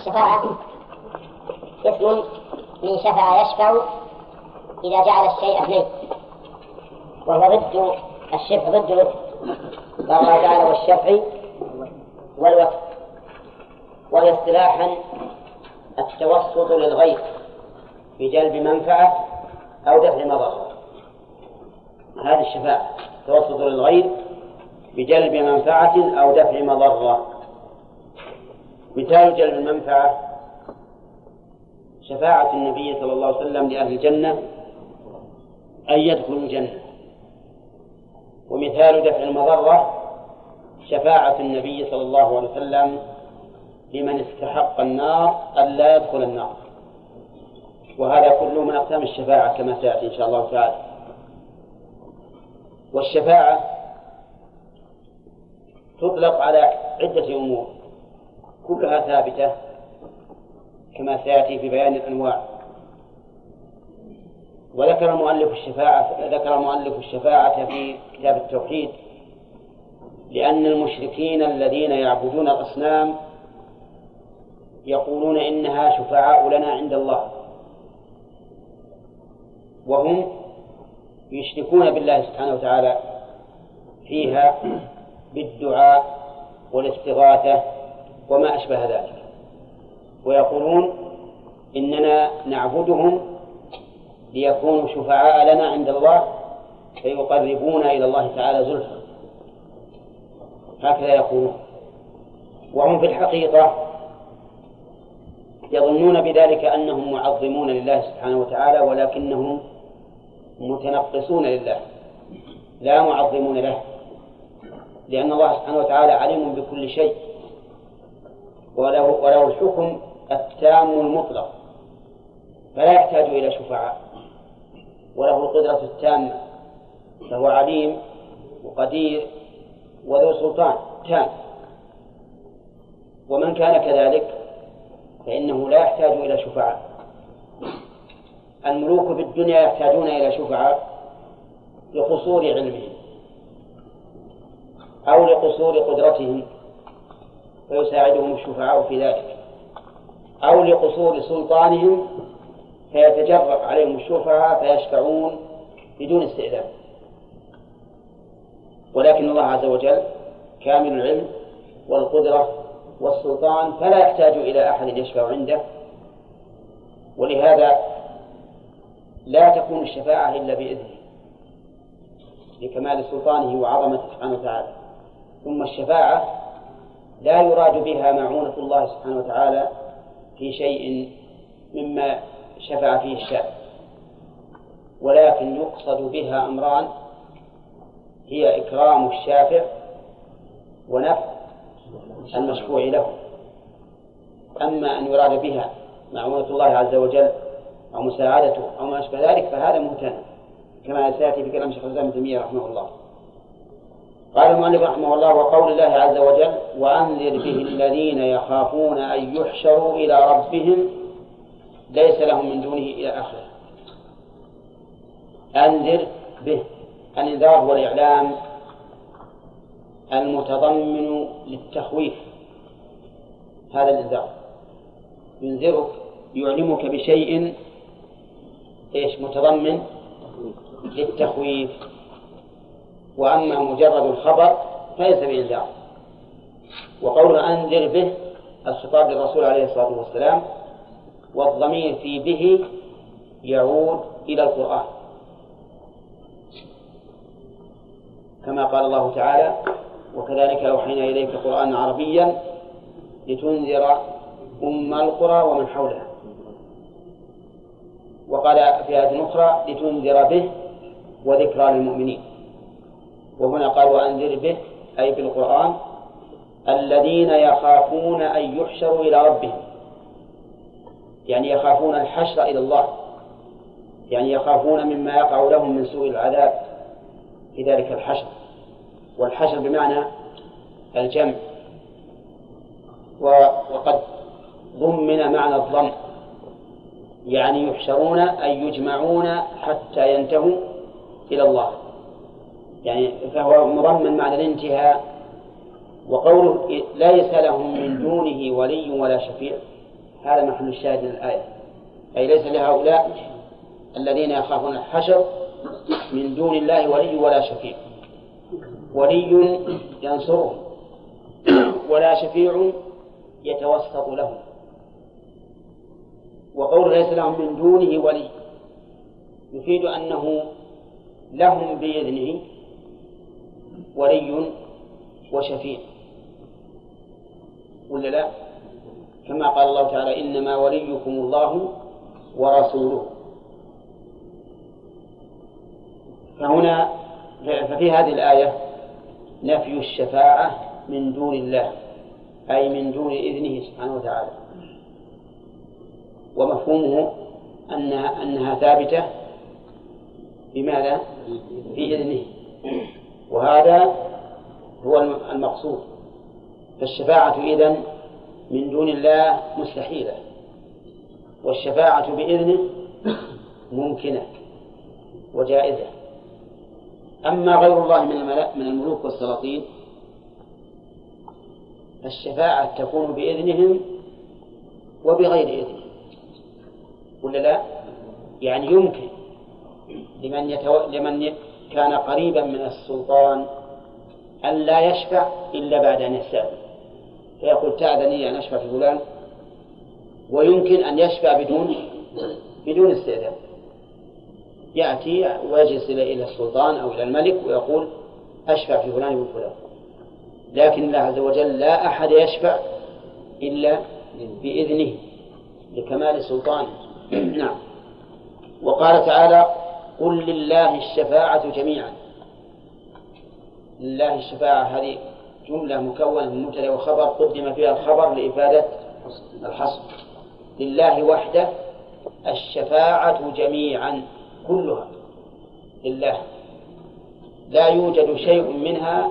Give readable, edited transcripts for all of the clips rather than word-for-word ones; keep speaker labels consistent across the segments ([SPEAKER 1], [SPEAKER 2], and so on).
[SPEAKER 1] الشفاعة اسم من شفع يشفع إذا جعل الشيء اثنين، وهو ضد الشفع، ضد الوتر. قال الله تعالى والشفع والوتر. وهي اصطلاحا التوسط للغير بجلب منفعة أو دفع مضرة. هذه الشفاعة توسط للغير بجلب منفعة أو دفع مضرة. مثال جلب المنفعة شفاعة النبي صلى الله عليه وسلم لأهل الجنة أن يدخلوا الجنة. ومثال دفع المضرة شفاعة النبي صلى الله عليه وسلم لمن استحق النار أن لا يدخل النار. وهذا كله من أقسام الشفاعة كما سيأتي إن شاء الله تعالى. والشفاعة تطلق على عدة أمور كلها ثابتة كما سيأتي في بيان الأنواع. وذكر مؤلف الشفاعة في كتاب التوحيد لأن المشركين الذين يعبدون الأصنام يقولون إنها شفعاء لنا عند الله، وهم يشركون بالله سبحانه وتعالى فيها بالدعاء والاستغاثة وما أشبه ذلك، ويقولون إننا نعبدهم ليكونوا شفعاء لنا عند الله فيقربونا إلى الله تعالى زلفى، هكذا يقولون. وهم في الحقيقة يظنون بذلك أنهم معظمون لله سبحانه وتعالى، ولكنهم متنقصون لله لا معظمون له، لأن الله سبحانه وتعالى عليم بكل شيء وله الحكم التام المطلق، فلا يحتاج إلى شفعاء، وله القدرة التامة، فهو عليم وقدير وذو سلطان تام. ومن كان كذلك فإنه لا يحتاج إلى شفعاء. الملوك في الدنيا يحتاجون إلى شفعاء لقصور علمهم أو لقصور قدرتهم فيساعدهم الشفعاء في ذلك، أو لقصور سلطانهم فيتجرأ عليهم الشفعاء فيشفعون بدون استئذان. ولكن الله عز وجل كامل العلم والقدرة والسلطان فلا يحتاج إلى أحد يشفع عنده، ولهذا لا تكون الشفاعة إلا بإذنه لكمال سلطانه وعظمته سبحانه وتعالى. ثم الشفاعة لا يراد بها معونة الله سبحانه وتعالى في شيء مما شفع فيه الشافع، ولكن يقصد بها أمران: هي إكرام الشافع ونفع المشفوع له. أما أن يراد بها معونة الله عز وجل أو مساعدته أو ما أشبه ذلك فهذا ممتنع كما سيأتي في كلام شيخ الإسلام ابن تيمية رحمه الله. قال المؤلف رحمه الله: وقول الله عز وجل: وأنذر به الذين يخافون أن يحشروا إلى ربهم ليس لهم من دونه إلى آخره. أنذر به، الإنذار هو الإعلام المتضمن للتخويف. هذا الإنذار ينذرك يعلمك بشيء متضمن للتخويف، وأما مجرد الخبر فليس بإنذار. وقوله أنذر به الخطاب للرسول عليه الصلاة والسلام، والضمير في به يعود إلى القرآن كما قال الله تعالى: وكذلك أوحينا إليك قرآنا عربيا لتنذر أم القرى ومن حولها. وقال في آية أخرى: لتنذر به وذكرى للمؤمنين. وهنا قال: وأنذر به أي بالقرآن الذين يخافون أن يحشروا إلى ربهم، يعني يخافون الحشر إلى الله، يعني يخافون مما يقع لهم من سوء العذاب في ذلك الحشر. والحشر بمعنى الجمع، وقد ضمن معنى الضم، يعني يحشرون أي يجمعون حتى ينتهوا إلى الله، يعني فهو مضمن معنى الانتهاء. وقوله ليس لهم من دونه ولي ولا شفيع، هذا محل الشاهد من الآية، أي ليس لهؤلاء الذين يخافون الحشر من دون الله ولي ولا شفيع، ولي ينصرهم ولا شفيع يتوسط لهم. وقول ليس لهم من دونه ولي يفيد أنه لهم بإذنه ولي وشفيع، ولا لا؟ كما قال الله تعالى إنما وليكم الله ورسوله. ففي هذه الآية نفي الشفاعة من دون الله، أي من دون إذنه سبحانه وتعالى، ومفهومه أنها ثابتة بماذا؟ بإذنه، وهذا هو المقصود. فالشفاعة إذن من دون الله مستحيلة، والشفاعة بإذنه ممكنة وجائزة. أما غير الله من الملوك والسلاطين الشفاعة تكون بإذنهم وبغير إذنهم، ولا لا؟ يعني يمكن لمن كان قريبا من السلطان أن لا يشفع إلا بعد أن يستأذن، فيقول تأذني أن أشفع في فلان، ويمكن أن يشفع بدون استئذان، يأتي ويجلس إلى السلطان أو إلى الملك ويقول أشفع في فلان من فلان. لكن الله عز وجل لا أحد يشفع إلا بإذنه لكمال سلطانه. نعم. وقال تعالى قل لله الشفاعة جميعا. لله الشفاعة هذه جملة مكونة من مبتدأ وخبر قدم فيها الخبر لإفادة الحصر. لله وحده الشفاعة جميعا كلها لله، لا يوجد شيء منها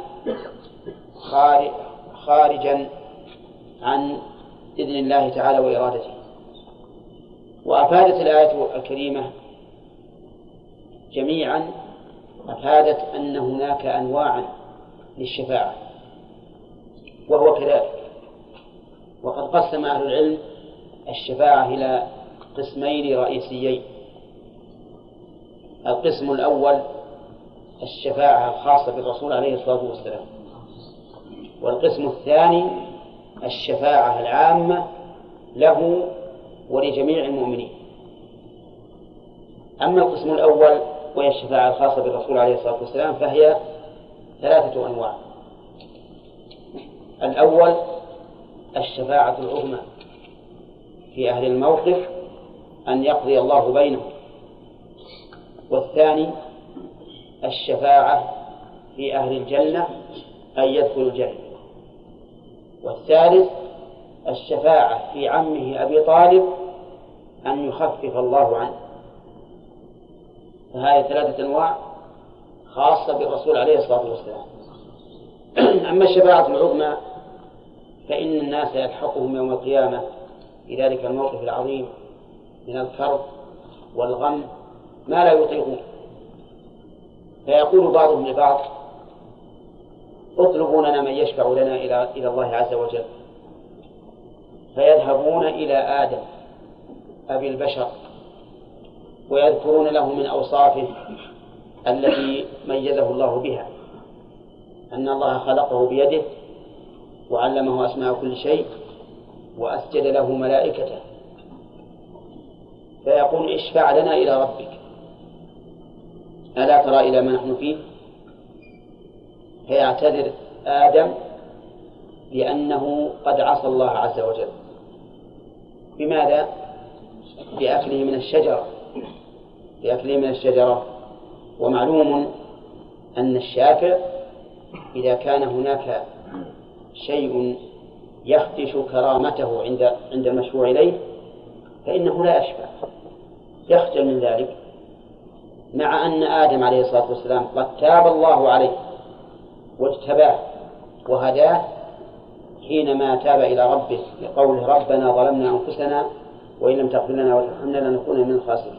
[SPEAKER 1] خارجا عن إذن الله تعالى وإرادته. وأفادت الآية الكريمة جميعا، أفادت أن هناك أنواعا للشفاعة، وهو كذلك. وقد قسم أهل العلم الشفاعة إلى قسمين رئيسيين. القسم الأول الشفاعة الخاصة بالرسول عليه الصلاة والسلام، والقسم الثاني الشفاعة العامة له ولجميع المؤمنين. أما القسم الأول وهي الشفاعة الخاصة بالرسول عليه الصلاة والسلام فهي 3 أنواع. الأول الشفاعة العظمى في أهل الموقف أن يقضي الله بينهم، والثاني الشفاعة في أهل الجنة أن يدخلوا الجنة، والثالث الشفاعة في عمه أبي طالب أن يخفف الله عنه. فهذه 3 أنواع خاصة بالرسول عليه الصلاة والسلام. أما الشفاعة العظمى فإن الناس يلحقهم يوم القيامة في ذلك الموقف العظيم من الكرب والغم ما لا يطيقون، فيقول بعضهم لبعض اطلبوا لنا من يشفع لنا إلى الله عز وجل، فيذهبون إلى آدم أبي البشر ويذكرون له من أوصافه التي ميزه الله بها، أن الله خلقه بيده وعلمه أسماء كل شيء وأسجد له ملائكته، فيقول اشفع لنا إلى ربك ألا ترى إلى ما نحن فيه؟ فيعتذر آدم لأنه قد عصى الله عز وجل. بماذا؟ بأكله من الشجرة. ومعلوم أن الشافع إذا كان هناك شيء يخدش كرامته عند المشفوع إليه فإنه لا يشفع، يخجل من ذلك، مع أن آدم عليه الصلاة والسلام قد تاب الله عليه واجتباه وهداه حينما تاب إلى ربه بقوله ربنا ظلمنا أنفسنا وإن لم تغفر لنا وترحمنا لنكون من الخاسرين.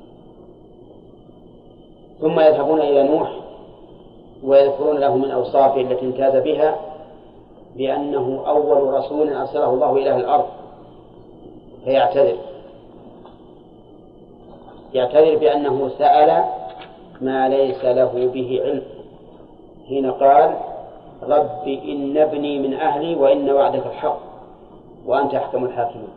[SPEAKER 1] ثم يذهبون إلى نوح ويذكرون له من أوصافه التي امتاز بها بأنه أول رسول أرسله الله إلى الأرض، فيعتذر بأنه سأل ما ليس له به علم، حين قال رب إن ابني من أهلي وإن وعدك الحق وأنت أحكم الحاكمين.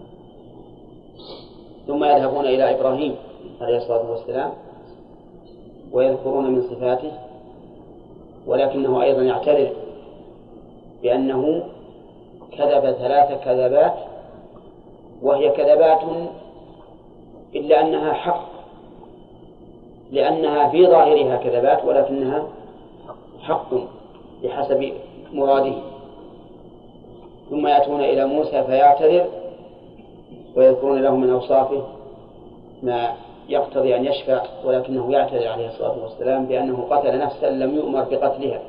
[SPEAKER 1] ثم يذهبون إلى إبراهيم عليه الصلاة والسلام ويذكرون من صفاته، ولكنه أيضا يعتذر بأنه كذب 3 كذبات، وهي كذبات إلا أنها حق، لأنها في ظاهرها كذبات ولكنها حق بحسب مراده. ثم يأتون إلى موسى فيعتذر ويذكرون له من أوصافه ما يقتضي أن يشفع، ولكنه يعتذر عليه الصلاة والسلام بأنه قتل نفسا لم يؤمر بقتلها،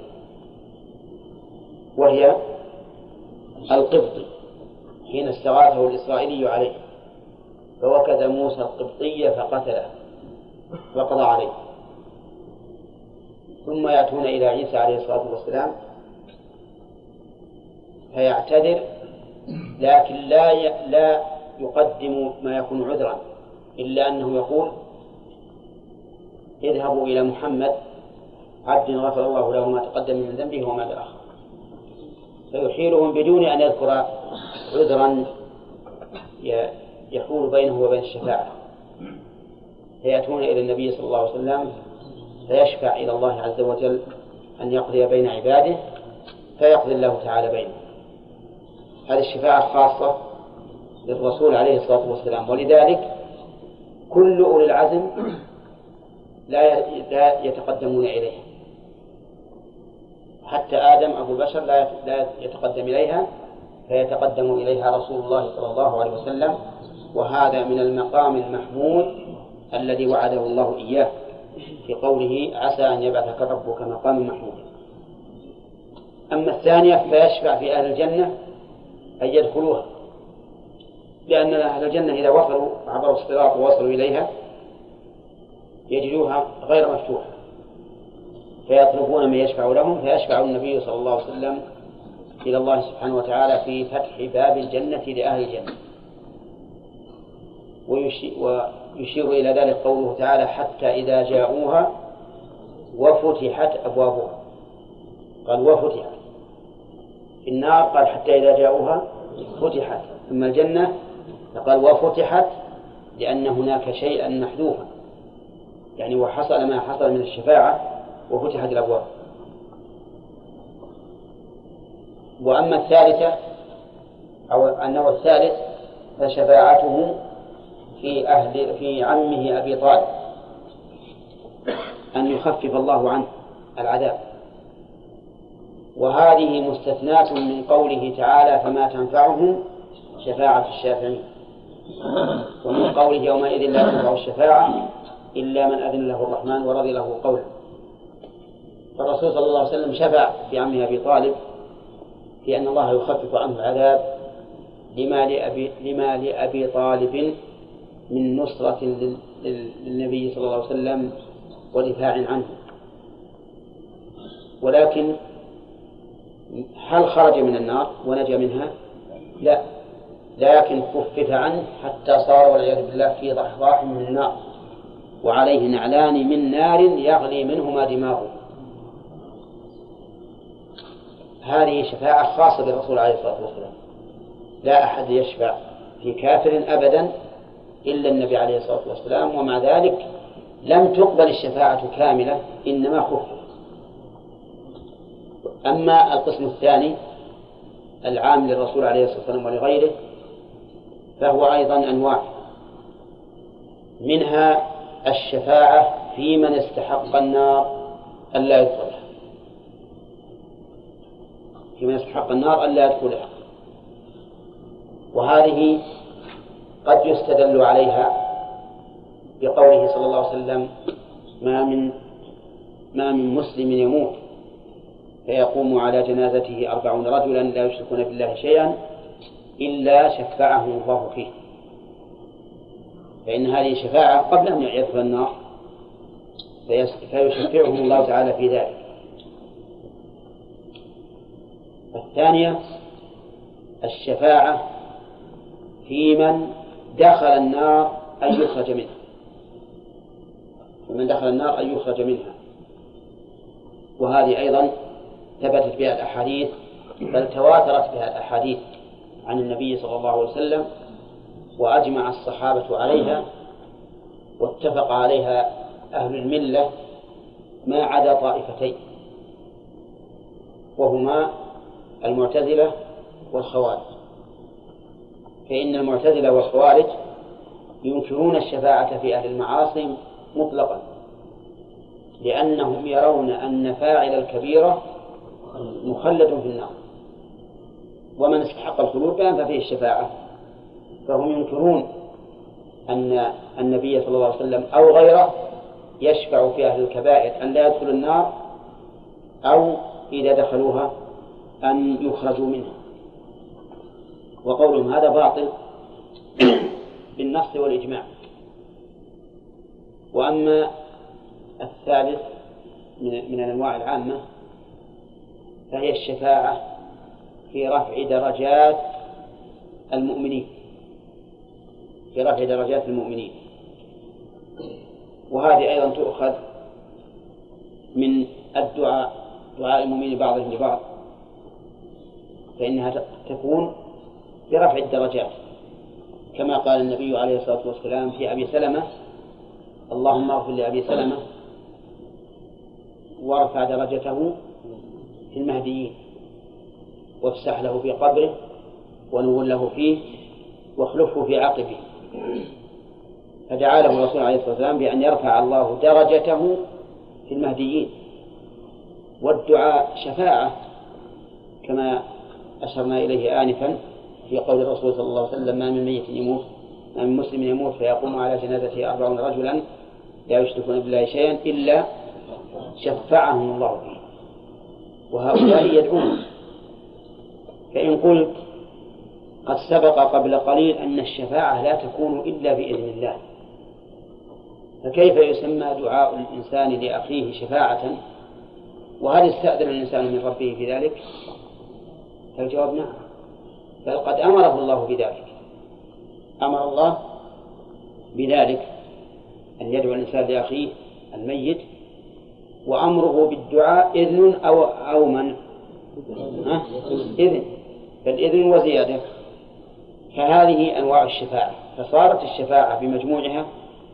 [SPEAKER 1] وهي القبطي حين استغاثه الإسرائيلي عليه فوكز موسى القبطي فقتله وقضى عليه. ثم يأتون إلى عيسى عليه الصلاة والسلام فيعتذر، لكن لا يقدم ما يكون عذرا، إلا أنه يقول اذهبوا إلى محمد عبد غفر الله له ما تقدم من ذنبه وما تأخر، فيحيلهم بدون أن يذكر عذرا يحول بينه وبين الشفاعة. فيأتون إلى النبي صلى الله عليه وسلم فيشفع إلى الله عز وجل أن يقضي بين عباده فيقضي الله تعالى بينهم. هذه الشفاعة خاصة للرسول عليه الصلاة والسلام، ولذلك كل أولي العزم لا يتقدمون إليها، حتى آدم أبو البشر لا يتقدم إليها، فيتقدم إليها رسول الله صلى الله عليه وسلم، وهذا من المقام المحمود الذي وعده الله إياه في قوله عسى أن يبعثك ربك مقام محمود. أما الثانية فيشفع في أهل الجنة أن يدخلوها، لأن أهل الجنة إذا وصلوا عبروا الصراط ووصلوا إليها يجدوها غير مفتوحة، فيطلبون من يشفع لهم، فيشفع النبي صلى الله عليه وسلم إلى الله سبحانه وتعالى في فتح باب الجنة لأهل الجنة. ويشير إلى ذلك قوله تعالى حتى إذا جاءوها وفتحت أبوابها، قال وفتحت. في النار قال حتى إذا جاءوها فتحت، ثم الجنة فقال وفتحت لأن هناك شيئا محذوفا، يعني وحصل ما حصل من الشفاعة وفتحت الأبواب. وأما الثالثة أو النوع الثالث فشفاعته في عمه أبي طالب، أن يخفف الله عنه العذاب، وهذه مستثناة من قوله تعالى فما تنفعهم شفاعة الشافعين، ومن قوله يومئذ لا تنفع الشفاعة إلا من أذن له الرحمن ورضي له قولا. فالرسول صلى الله عليه وسلم شفع في عمه أبي طالب في أن الله يخفف عنه العذاب لما لأبي طالب من نصرة للنبي صلى الله عليه وسلم ودفاع عنه. ولكن هل خرج من النار ونجا منها؟ لا، لكن خفف عنه حتى صار والعياذ بالله في ضحضاح من النار وعليه نعلان من نار يغلي منهما دماغه. هذه شفاعة خاصة بالرسول عليه الصلاة والسلام، لا أحد يشفع في كافر أبدا إلا النبي عليه الصلاة والسلام، ومع ذلك لم تقبل الشفاعة كاملة، إنما خفف. أما القسم الثاني العام للرسول عليه الصلاة والسلام ولغيره فهو أيضا أنواع، منها الشفاعة في من استحق النار ألا يدخلها، في من استحق النار ألا يدخلها، وهذه قد يستدل عليها بقوله صلى الله عليه وسلم ما من مسلم يموت فيقوم على جنازته 40 رجلا لا يشركون بالله شيئا إلا شفعه الله فيه، فإن هذه شفاعة قبل أن يدخل النار فيشفعهم الله تعالى في ذلك. الثانية الشفاعة في من دخل النار أن يخرج منها، ومن دخل النار أن يخرج منها. وهذه أيضا ثبتت بها الأحاديث، بل تواترت بها الأحاديث عن النبي صلى الله عليه وسلم، وأجمع الصحابة عليها، واتفق عليها أهل الملة ما عدا طائفتين، وهما المعتزلة والخوارج. فإن المعتزلة والخوارج ينكرون الشفاعة في أهل المعاصي مطلقا، لأنهم يرون أن فاعل الكبيرة مخلد في النار، ومن استحق الخلود فأنت فيه الشفاعة. فهم ينكرون أن النبي صلى الله عليه وسلم أو غيره يشفع في أهل الكبائر أن لا يدخل النار، أو إذا دخلوها أن يخرجوا منها. وقولهم هذا باطل بالنص والإجماع. وأما الثالث من الأنواع العامة فهي الشفاعة في رفع درجات المؤمنين، في رفع درجات المؤمنين. وهذه أيضا تؤخذ من الدعاء، دعاء المؤمنين بعضهم لبعض، فإنها تكون برفع الدرجات، كما قال النبي عليه الصلاة والسلام في أبي سلمة: اللهم اغفر لأبي سلمة وارفع درجته في المهديين، وافسح له في قبره، ونور له فيه، واخلفه في عقبه. فدعا له الرسول عليه الصلاة والسلام بأن يرفع الله درجته في المهديين. والدعاء شفاعة كما أشرنا إليه آنفا في قول الرسول صلى الله عليه وسلم: ما من ميت يموت، ما من مسلم يموت فيقوم على جنازته 40 رجلا لا يشركون بالله شيئا إلا شفعهم الله فيه. وهؤلاء يدعون. فإن قلت قد سبق قبل قليل أن الشفاعة لا تكون إلا بإذن الله، فكيف يسمى دعاء الإنسان لأخيه شفاعة؟ وهل استأذن الإنسان من ربه في ذلك؟ فالجواب نعم، بل قد أمره الله بذلك. أمر الله بذلك أن يدعو الإنسان لأخيه الميت، وأمره بالدعاء إذن أو منع؟ إذن، فالإذن وزيادة. فهذه أنواع الشفاعة، فصارت الشفاعة بمجموعها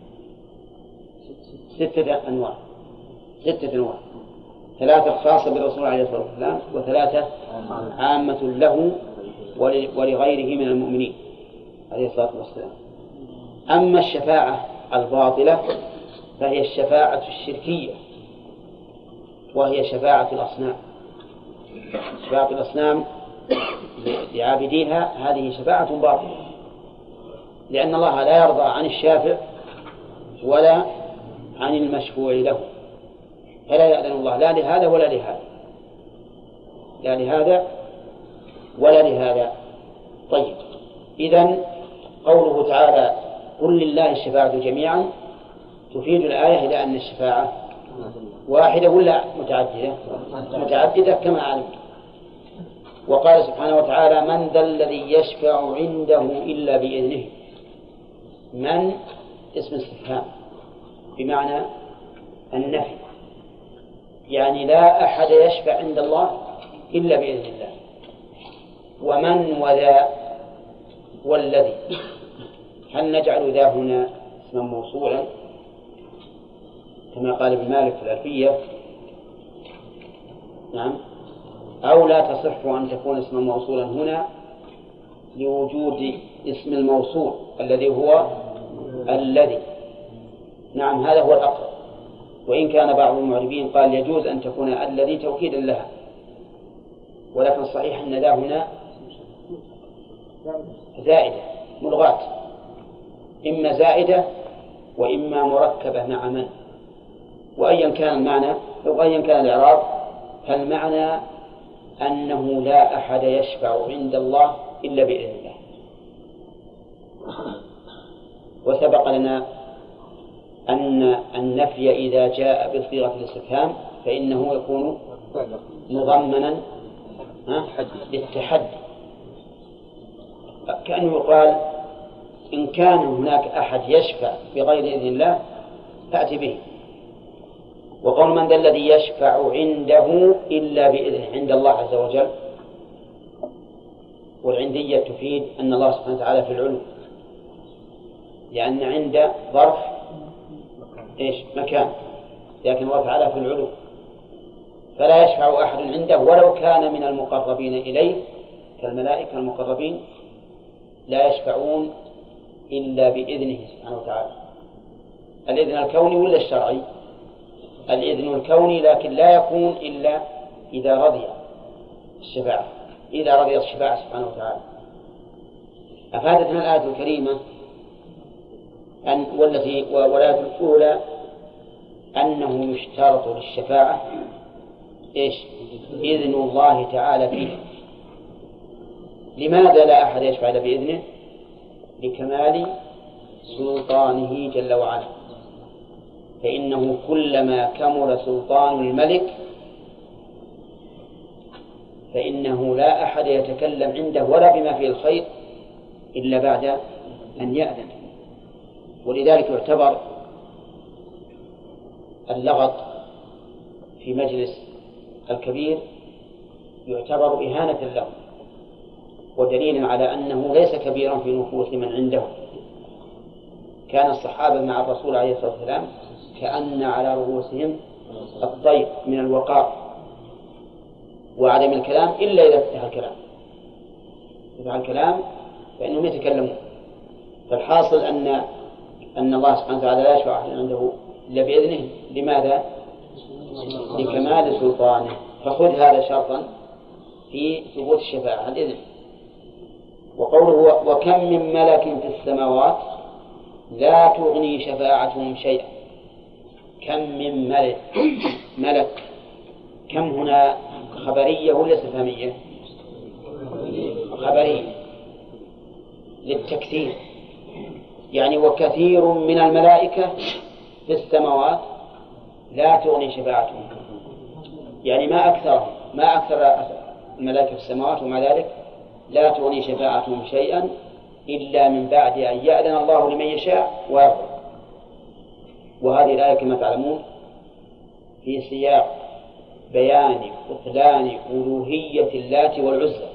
[SPEAKER 1] 6 أنواع، 6 أنواع: 3 خاصة بالرسول عليه الصلاة والسلام، و3 عامة له ولغيره من المؤمنين عليه الصلاة والسلام. أما الشفاعة الباطلة فهي الشفاعة الشركية، وهي شفاعة الأصنام. شفاعة الأصنام لعابديها هذه شفاعة باطلة، لأن الله لا يرضى عن الشافع ولا عن المشفوع له، فلا يأذن الله لا لهذا ولا لهذا، لا لهذا ولا لهذا. طيب، إذن قوله تعالى: قل لله الشفاعة جميعا، تفيد الآية إلى أن الشفاعة واحدة ولا متعددة؟ متعددة كما علمت. وقال سبحانه وتعالى: من ذا الذي يشفع عنده إلا بإذنه. من اسم استفهام بمعنى النفي، يعني لا أحد يشفع عند الله إلا بإذن الله. ومن وذا والذي، هل نجعل ذا هنا اسما موصولا كما قال ابن مالك في الألفية؟ نعم. أو لا تصح أن تكون اسما موصولا هنا لوجود اسم الموصول الذي هو الذي. نعم، هذا هو الأقرب. وإن كان بعض المعربين قال يجوز أن تكون الذي توكيدا لها، ولكن الصحيح أن ذا هنا زائدة ملغاة، إما زائدة وإما مركبة مع من. وأيا كان المعنى أو أيا كان الإعراب، فالمعنى أنه لا أحد يشفع عند الله إلا بإذن الله. وسبق لنا أن النفي إذا جاء بصيغة الاستفهام فإنه يكون مضمنا للتحدي، كأنه يقال إن كان هناك أحد يشفع بغير إذن الله فأتي به. وقول من ذا الذي يشفع عنده إلا بإذنه عند الله عز وجل، والعندية تفيد أن الله سبحانه وتعالى في العلو، لأن عند ظرف مكان، لكن الله تعالى في العلو، فلا يشفع أحد عنده ولو كان من المقربين إليه كالملائكة المقربين، لا يشفعون إلا بإذنه سبحانه وتعالى. الإذن الكوني ولا الشرعي؟ الإذن الكوني، لكن لا يكون إلا إذا رضي الشفاعة، إذا رضي الشفاعة سبحانه وتعالى. أفادتنا الآية الكريمة والآية الأولى أنه يشترط للشفاعة إذن الله تعالى فيه. لماذا لا أحد يشفع إلا بإذنه؟ لكمال سلطانه جل وعلا، فإنه كلما كمل سلطان الملك فإنه لا أحد يتكلم عنده ولا بما فيه الخير إلا بعد أن يأذن. ولذلك يعتبر اللغط في مجلس الكبير يعتبر إهانة له، ودليل على أنه ليس كبيرا في نفوس من عنده. كان الصحابة مع الرسول عليه الصلاة والسلام كأن على رؤوسهم الطير من الوقار وعدم الكلام إلا إذا فتح الكلام، فتح الكلام فإنهم يتكلمون. فالحاصل أن الله سبحانه وتعالى لا يشفع أحد عنده إلا بإذنه. لماذا؟ لكمال سلطانه. فخذ هذا شرطا في ثبوت الشفاعة الإذن. وقوله وكم من ملك في السماوات لا تغني شفاعتهم شيئا. كم من ملك كم هنا خبرية ولا استفهامية؟ خبرية للتكثير، يعني وكثير من الملائكة في السماوات لا تغني شفاعتهم، يعني ما أكثر الملائكة في السماوات، ومع ذلك لا تغني شفاعتهم شيئا إلا من بعد أن يأذن الله لمن يشاء ويرضى. وهذه الآية كما تعلمون في سياق بيان بطلان ألوهية اللات والعزى.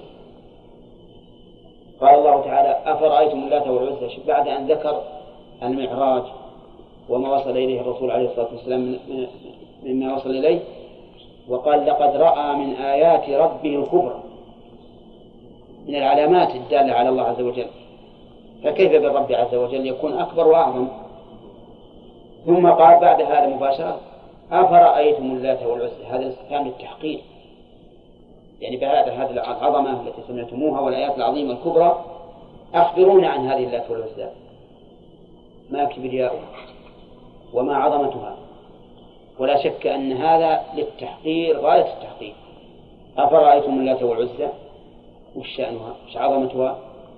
[SPEAKER 1] قال الله تعالى أفرأيتم اللات والعزى بعد أن ذكر المعراج وما وصل إليه الرسول عليه الصلاة والسلام مما وصل إليه، وقال لقد رأى من آيات ربه الكبرى، من العلامات الدالة على الله عز وجل. فكيف بالرب عز وجل يكون أكبر وأعظم؟ ثم قال بعد هذا مباشرة أفرأيتم اللات والعزى. هذا الاستفهام للتحقيق، يعني هذه العظمة التي سمعتموها والآيات العظيمة الكبرى أخبرونا عن هذه اللات والعزى، ما كبرياؤها وما عظمتها. ولا شك أن هذا للتحقير غاية التحقير. أفرأيتم اللات والعزى وش شأنها؟ وش عظمتها؟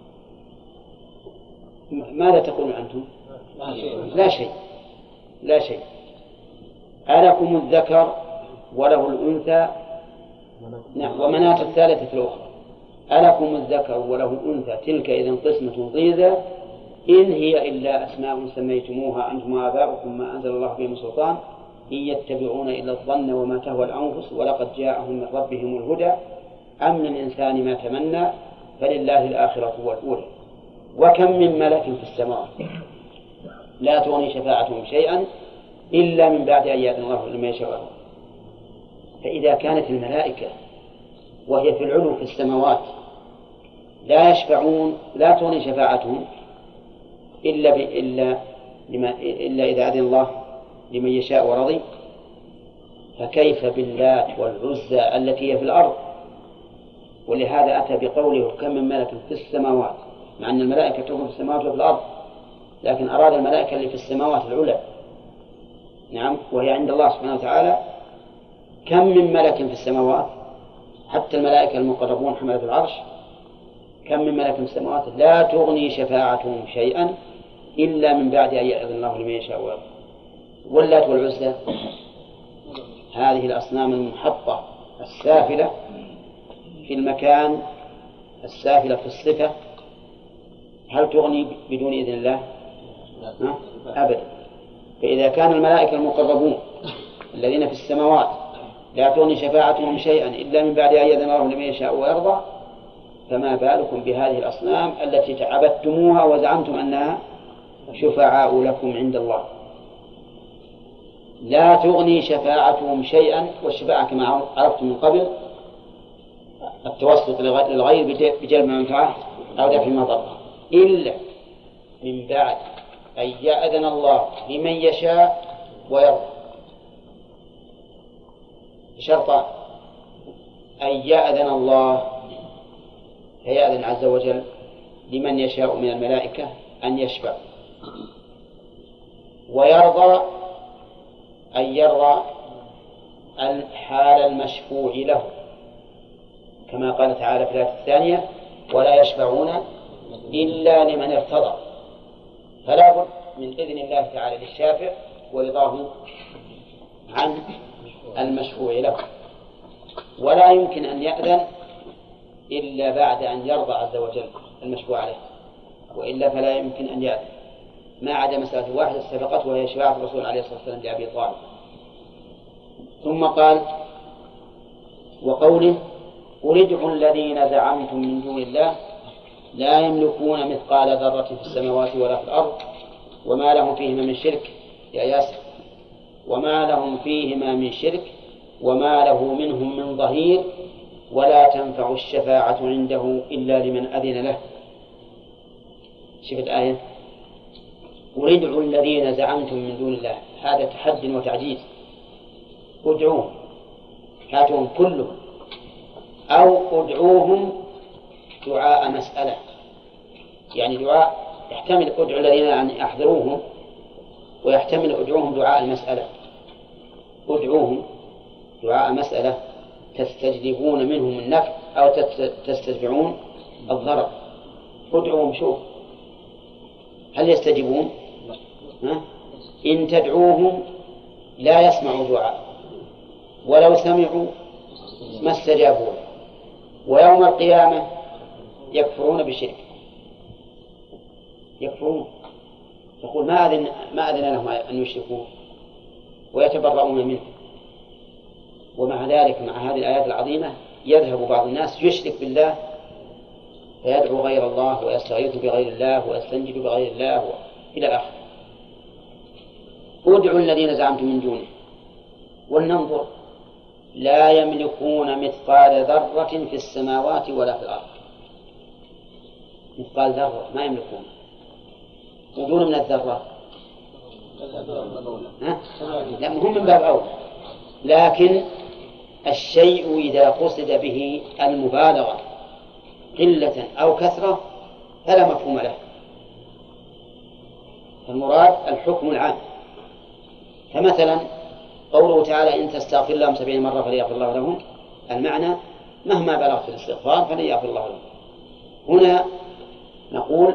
[SPEAKER 1] ماذا تقولون أنتم؟ لا شيء. ألكم الذكر وله الأنثى، نعم، ومناة الثالثة الأخرى. ألكم الذكر وله الأنثى تلك إذن قسمة ضيزى إن هي إلا أسماء سميتموها أنتم وآباؤكم ما أنزل الله بهم سلطان إن يتبعون إلا الظن وما تهوى الأنفس ولقد جاءهم من ربهم الهدى أم للإنسان ما تمنى فلله الآخرة والأولى. وكم من ملك في السماوات لا تغني شفاعتهم شيئا إلا من بعد أن يأذن الله لمن يشاء. فإذا كانت الملائكة وهي في العلو في السماوات لا يشفعون، لا تغني شفاعتهم إلا إذا أذن الله لمن يشاء ورضي، فكيف باللات والعزى التي هي في الأرض؟ ولهذا أتى بقوله كم من ملك في السماوات، مع أن الملائكة تكون في السماوات وفي الأرض، لكن أراد الملائكة اللي في السماوات العلى، نعم، وهي عند الله سبحانه وتعالى. كم من ملك في السماوات، حتى الملائكة المقربون حملة العرش، كم من ملك في السماوات لا تغني شفاعتهم شيئا إلا من بعد أن يأذن الله لمن يشاء ويرضى. واللات والعزى هذه الأصنام المنحطة السافلة في المكان، السافلة في الصفة، هل تغني بدون إذن الله؟ أبدا. فإذا كان الملائكة المقربون الذين في السماوات لا تغني شفاعتهم شيئا إلا من بعد أن يأذن الله لمن يشاء ويرضى، فما بالكم بهذه الأصنام التي تعبدتموها وزعمتم أنها شفعاء لكم عند الله. لا تغني شفاعتهم شيئا، والشفاعة كما عرفتم من قبل التوسط للغير بجلب منفعة أو دفع مضرة، إلا من بعد أن يأذن الله لمن يشاء ويرضى. بشرط أن يأذن الله، فيأذن عز وجل لمن يشاء من الملائكة أن يشفع، ويرضى أن يرضى الحال المشفوع له، كما قال تعالى في الآية الثانية: ولا يشفعون إلا لمن ارتضى. فلا بد من إذن الله تعالى للشافع ورضاه عن المشفوع له، ولا يمكن أن يأذن إلا بعد أن يرضى عز وجل المشفوع عليه، وإلا فلا يمكن أن يأذن، ما عدا مسألة واحدة سبقت وهي شفاعة الرسول عليه الصلاة والسلام لأبي طالب. ثم قال: وقوله: قل ادعوا الذين زعمتم من دون الله لا يملكون مثقال ذرة في السماوات ولا في الأرض وما لهم فيهما من شرك. يا ياسر: وما لهم فيهما من شرك وما له منهم من ظهير ولا تنفع الشفاعة عنده إلا لمن أذن له. شوف الآية: قل ادعوا الذين زعمتم من دون الله، هذا تحد وتعجيز. ادعوهم، هاتهم كلهم، أو ادعوهم دعاء مسألة، يعني دعاء يحتمل ادعوا الذين يعني أحضروهم، ويحتمل ادعوهم دعاء المسألة. ادعوهم دعاء مسألة تستجلبون منهم النفع أو تستدفعون الضرر. ادعوهم، شوف هل يستجيبون؟ إن تدعوهم لا يسمعوا دعاء، ولو سمعوا ما استجابوا، ويوم القيامة يكفرون بشرك، يكفرون، يقول ما أذن لهم أن يشركوا ويتبرؤون منه. ومع ذلك مع هذه الآيات العظيمة يذهب بعض الناس يشرك بالله فيدعو غير الله ويستغيث بغير الله ويستنجد بغير الله إلى آخره. ادعوا الذين زعمتم من دونه. ولننظر: لا يملكون مثقال ذرة في السماوات ولا في الأرض. مثقال ذرة ما يملكون، ودون من الذرة لا، هم من باب أول. لكن الشيء إذا قصد به المبالغة قلة أو كثرة فلا مفهوم له، فالمراد الحكم العام. فمثلا قوله تعالى: إن تستغفر لهم 70 مرة فليغفر الله لهم، المعنى مهما بلغت في الاستغفار فلن يغفر الله لهم. هنا نقول: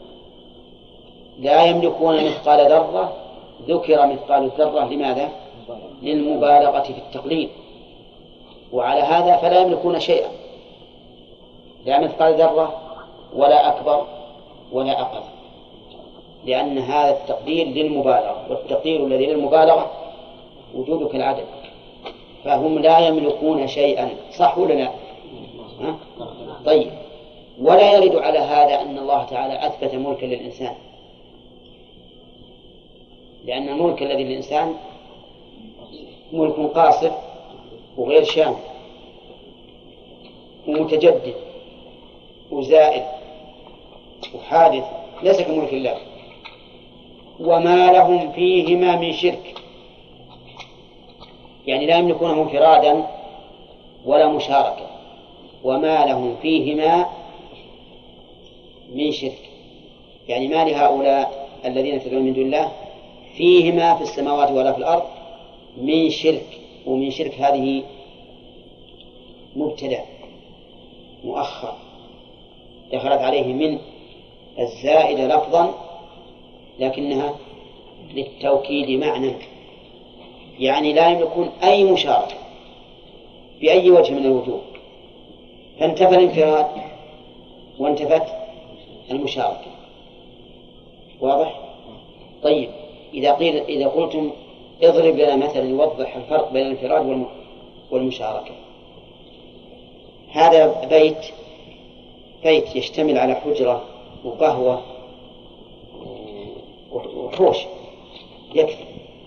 [SPEAKER 1] لا يملكون مثقال ذرة، ذكر مثقال الذرة لماذا؟ للمبالغة في التقليل، وعلى هذا فلا يملكون شيئا، لا مثقال ذرة ولا أكبر ولا أقل، لأن هذا التقدير للمبالغة، والتقدير الذي للمبالغة وجوده كالعدد، فهم لا يملكون شيئا. صح ولا لا؟ طيب، ولا يرد على هذا أن الله تعالى أثبت ملكا للإنسان، لأن الملك الذي للإنسان ملك قاصر وغير شامل ومتجدد وزائل وحادث، ليس كملك الله. وما لهم فيهما من شرك، يعني لا يملكونه انفرادا ولا مشاركة. وما لهم فيهما من شرك، يعني ما لهؤلاء الذين تدعون من دون الله فيهما في السماوات ولا في الأرض من شرك. ومن شرك هذه مبتدأ مؤخر دخلت عليه من الزائدة لفظا لكنها للتوكيد معنى، يعني لا يملكون أي مشاركة بأي وجه من الوجوه، فانتفى الانفراد وانتفت المشاركة. واضح؟ طيب إذا قلتم اضرب لنا مثلا يوضح الفرق بين الانفراد والمشاركة. هذا بيت يشتمل على حجرة وقهوة وحوش يكفي.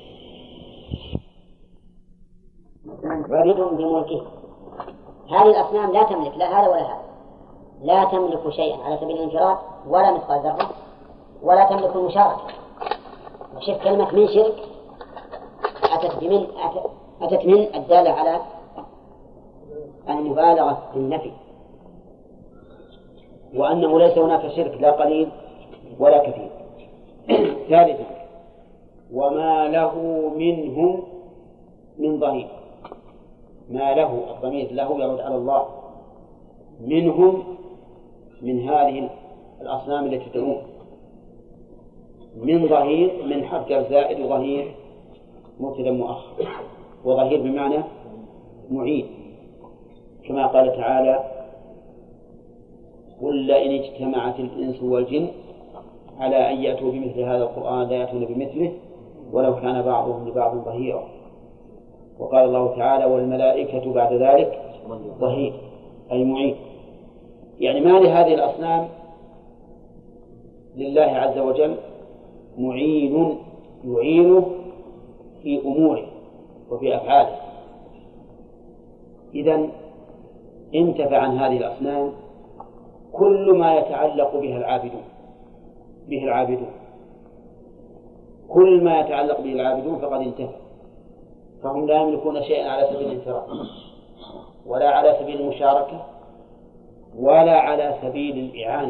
[SPEAKER 2] عبيد بملكه. هذه الأصنام لا تملك لا هذا ولا هذا، لا تملك شيئا على سبيل الانفراد ولا مثقال ذرة، ولا تملك المشاركة. وشوف كلمة من شرك أتت من الدالة على المبالغة في النفي، وأنه ليس هناك شرك لا قليل ولا كثير. ثالثا وما له منهم من ظهير. ما له الضمير له يعود على الله، منهم من هذه الأصنام التي تدعون. من ظهير من حرف جر زائد وظهير مبتدأ مؤخر، وظهير بمعنى معين، كما قال تعالى قل لئن اجتمعت الإنس والجن على أن يأتوا بمثل هذا القرآن لا يأتون بمثله ولو كان بعضهم لبعض ظهيرا. وقال الله تعالى والملائكة بعد ذلك ظهير أي معين. يعني ما لهذه الأصنام لله عز وجل معين يعينه في أموره وفي أفعاله. إذن انتفع عن هذه الأصنام كل ما يتعلق بها العابدون كل ما يتعلق به العابدون فقد انتفع. فهم لا يملكون شيئا على سبيل الانفراد ولا على سبيل المشاركة ولا على سبيل الإعانة،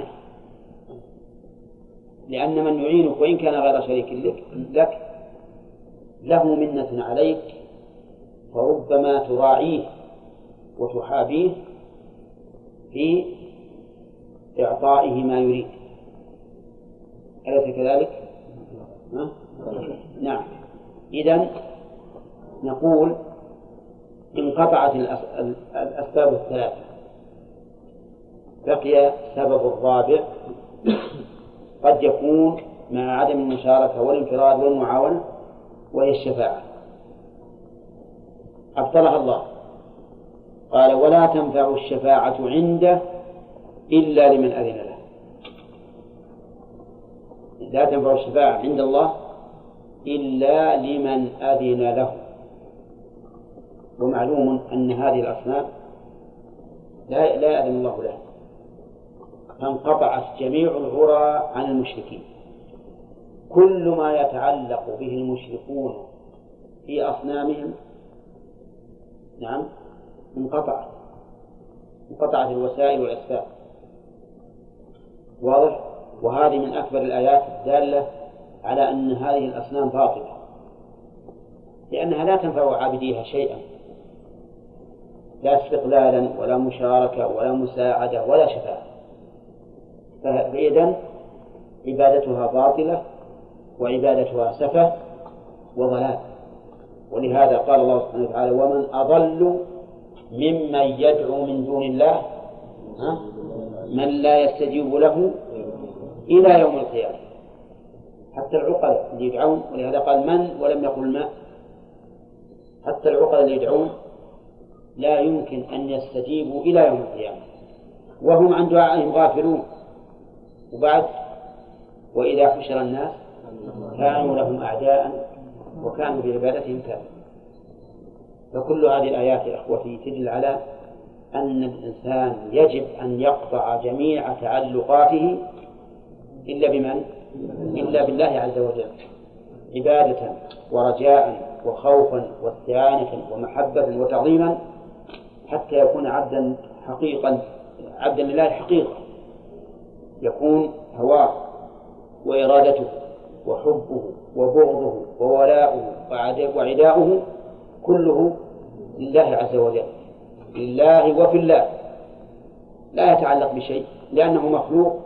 [SPEAKER 2] لأن من يعينك وإن كان غير شريك لك له منة عليك، فربما تراعيه وتحابيه في إعطائه ما يريد. أليس كذلك؟ نعم. إذن نقول انقطعت الأسباب الثلاثة، بقي سبب الرابع قد يكون مع عدم المشاركة والانفراد والمعاونة، وهي الشفاعة. أبطلها الله، قال ولا تنفع الشفاعة عنده إلا لمن أذن له. لا تنفع الشفاعة عند الله إلا لمن أذن له. ومعلوم أن هذه الأصنام لا يأذن الله لها، فانقطعت جميع العرى عن المشركين. كل ما يتعلق به المشركون في أصنامهم نعم انقطعت الوسائل والأسباب. واضح؟ وهذه من أكبر الآيات الدالة على أن هذه الأصنام باطلة، لأنها لا تنفع عابديها شيئا، لا استقلالا ولا مشاركة ولا مساعدة ولا شفاعة. فإذن عبادتها باطلة وعبادتها سفه وضلال. ولهذا قال الله سبحانه وتعالى ومن أضل ممن يدعو من دون الله من لا يستجيب له إلى يوم القيامة. حتى العقل اللي يدعون، ولهذا قال من ولم يقل ما، حتى العقل اللي يدعون لا يمكن أن يستجيبوا إلى يوم القيامة وهم عن دعائهم غافلون. وبعد وإذا حشر الناس كانوا لهم أعداء وكانوا بعبادتهم كافرين. فكل هذه الآيات يا إخوتي تدل على أن الإنسان يجب أن يقطع جميع تعلقاته إلا بمن؟ إلا بالله عز وجل، عبادة ورجاء وخوفا واستعانة ومحبة وتعظيما، حتى يكون عبدا حقيقا، عبدا لله حقيقة، يكون هواه وإرادته وحبه وبغضه وولاؤه وعداؤه كله لله عز وجل، لله وفي الله، لا يتعلق بشيء، لأنه مخلوق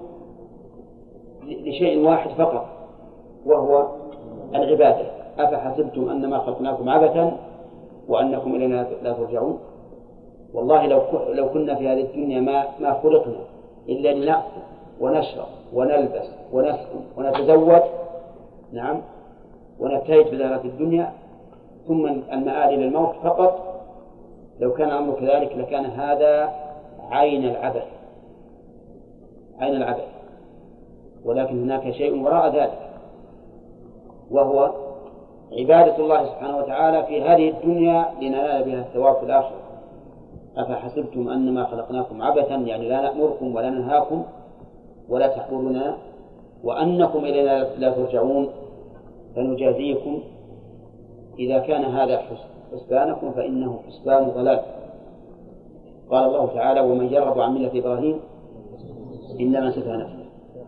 [SPEAKER 2] لشيء واحد فقط وهو العبادة. أفحسبتم أنما خلقناكم عبثا وأنكم إلينا لا ترجعون. والله لو كنا في هذه الدنيا ما خلقنا إلا لنعبد ونشرب ونلبس ونسكن ونتزوج، نعم، ونبتهج بزهرة الدنيا ثم المآل إلى الموت فقط، لو كان الأمر كذلك لكان هذا عين العبث، عين العبث. ولكن هناك شيء وراء ذلك، وهو عبادة الله سبحانه وتعالى في هذه الدنيا لننال بها الثواب في الآخرة. أفحسبتم أنما خلقناكم عبثا، يعني لا نأمركم ولا ننهاكم ولا تحضرنا وأنكم إلينا لا ترجعون فنجازيكم. إذا كان هذا حسبانكم فإنه حسبان ضلال. قال الله تعالى: ومن يرغب عن ملة إبراهيم إلا من سفه نفسه.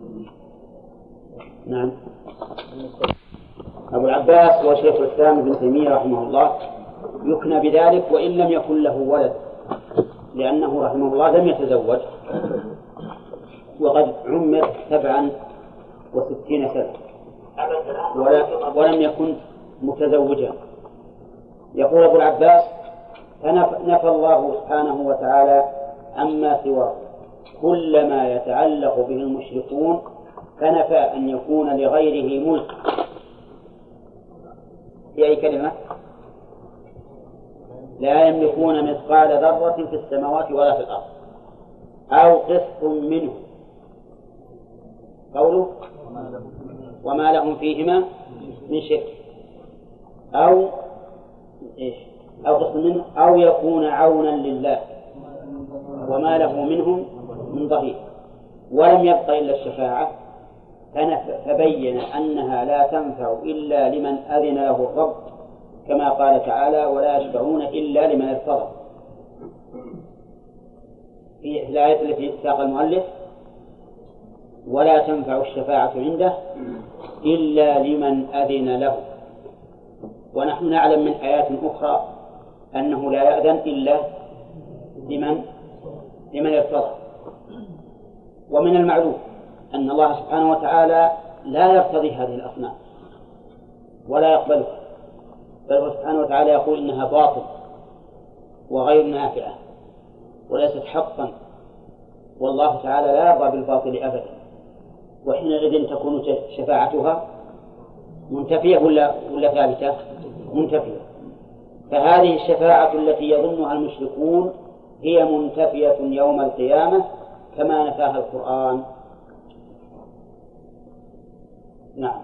[SPEAKER 2] نعم. أبو العباس هو شيخ الإسلام ابن تيمية رحمه الله، يكنى بذلك وإن لم يكن له ولد، لأنه رحمه الله لم يتزوج وقد عمر 67 سنة ولم يكن متزوجا. يقول أبو العباس: فنفى الله سبحانه وتعالى عما سواه كل ما يتعلق به المشركون، فنفى أن يكون لغيره ملك. في أي كلمة؟ لا يملكون مثقال ذرة في السماوات ولا في الأرض أو قسط منه، قوله وما لهم فيهما من شرك، أو قسط منه، أو يكون عونا لله وما له منهم من ظهير. ولم يبق إلا الشفاعة، فبين أنها لا تنفع إلا لمن أذن له الرب، كما قال تعالى: ولا يشفعون إلا لمن ارتضى. في الآية التي ساق المؤلف: ولا تنفع الشفاعة عنده إلا لمن أذن له. ونحن نعلم من آيات أخرى أنه لا يأذن إلا لمن ارتضى. ومن المعلوم أن الله سبحانه وتعالى لا يرتضي هذه الأصنام ولا يقبلها، بل سبحانه وتعالى يقول إنها باطل وغير نافعة وليست حقا، والله تعالى لا يرضى بالباطل أبدا. وحينئذ تكون شفاعتها منتفية ولا ثابتة؟ منتفية. فهذه الشفاعة التي يظنها المشركون هي منتفية يوم القيامة كما نفاها القرآن. نعم.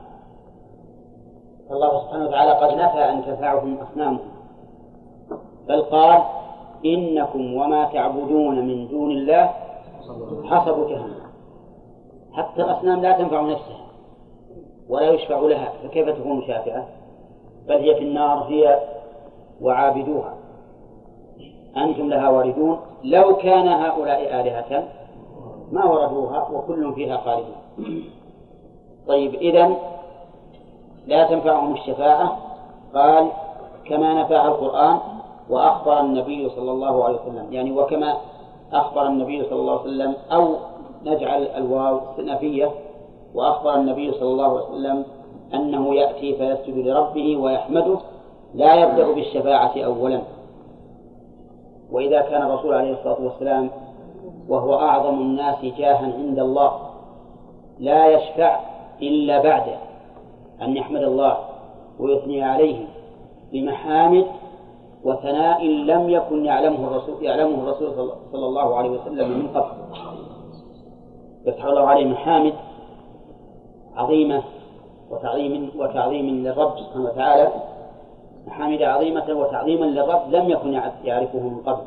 [SPEAKER 2] الله سبحانه وتعالى قد نفى أن تنفعهم أصنامهم، بل قال: إنكم وما تعبدون من دون الله حصب جهنم. حتى الأصنام لا تنفع نفسها ولا يشفع لها، فكيف تكون شافعة؟ بل هي في النار هي وعابدوها، أنتم لها واردون. لو كان هؤلاء آلهة ما وردوها وكل فيها خالدون. طيب، إذن لا تنفعهم الشفاعة، قال كما نفاها القرآن وأخبر النبي صلى الله عليه وسلم، يعني وكما أخبر النبي صلى الله عليه وسلم، أو نجعل الواو استئنافية، وأخبر النبي صلى الله عليه وسلم أنه يأتي فيسجد لربه ويحمده، لا يبدأ بالشفاعة أولا. وإذا كان الرسول عليه الصلاة والسلام وهو أعظم الناس جاها عند الله لا يشفع إلا بعد أن يحمد الله ويثني عليه بمحامد وثناء لم يكن يعلمه الرسول صلى الله عليه وسلم من قبل. يفتح الله عليه محامد عظيمة وتعظيم للرب سبحانه وتعالى، محامد عظيمة وتعظيما للرب لم يكن يعرفه من قبل،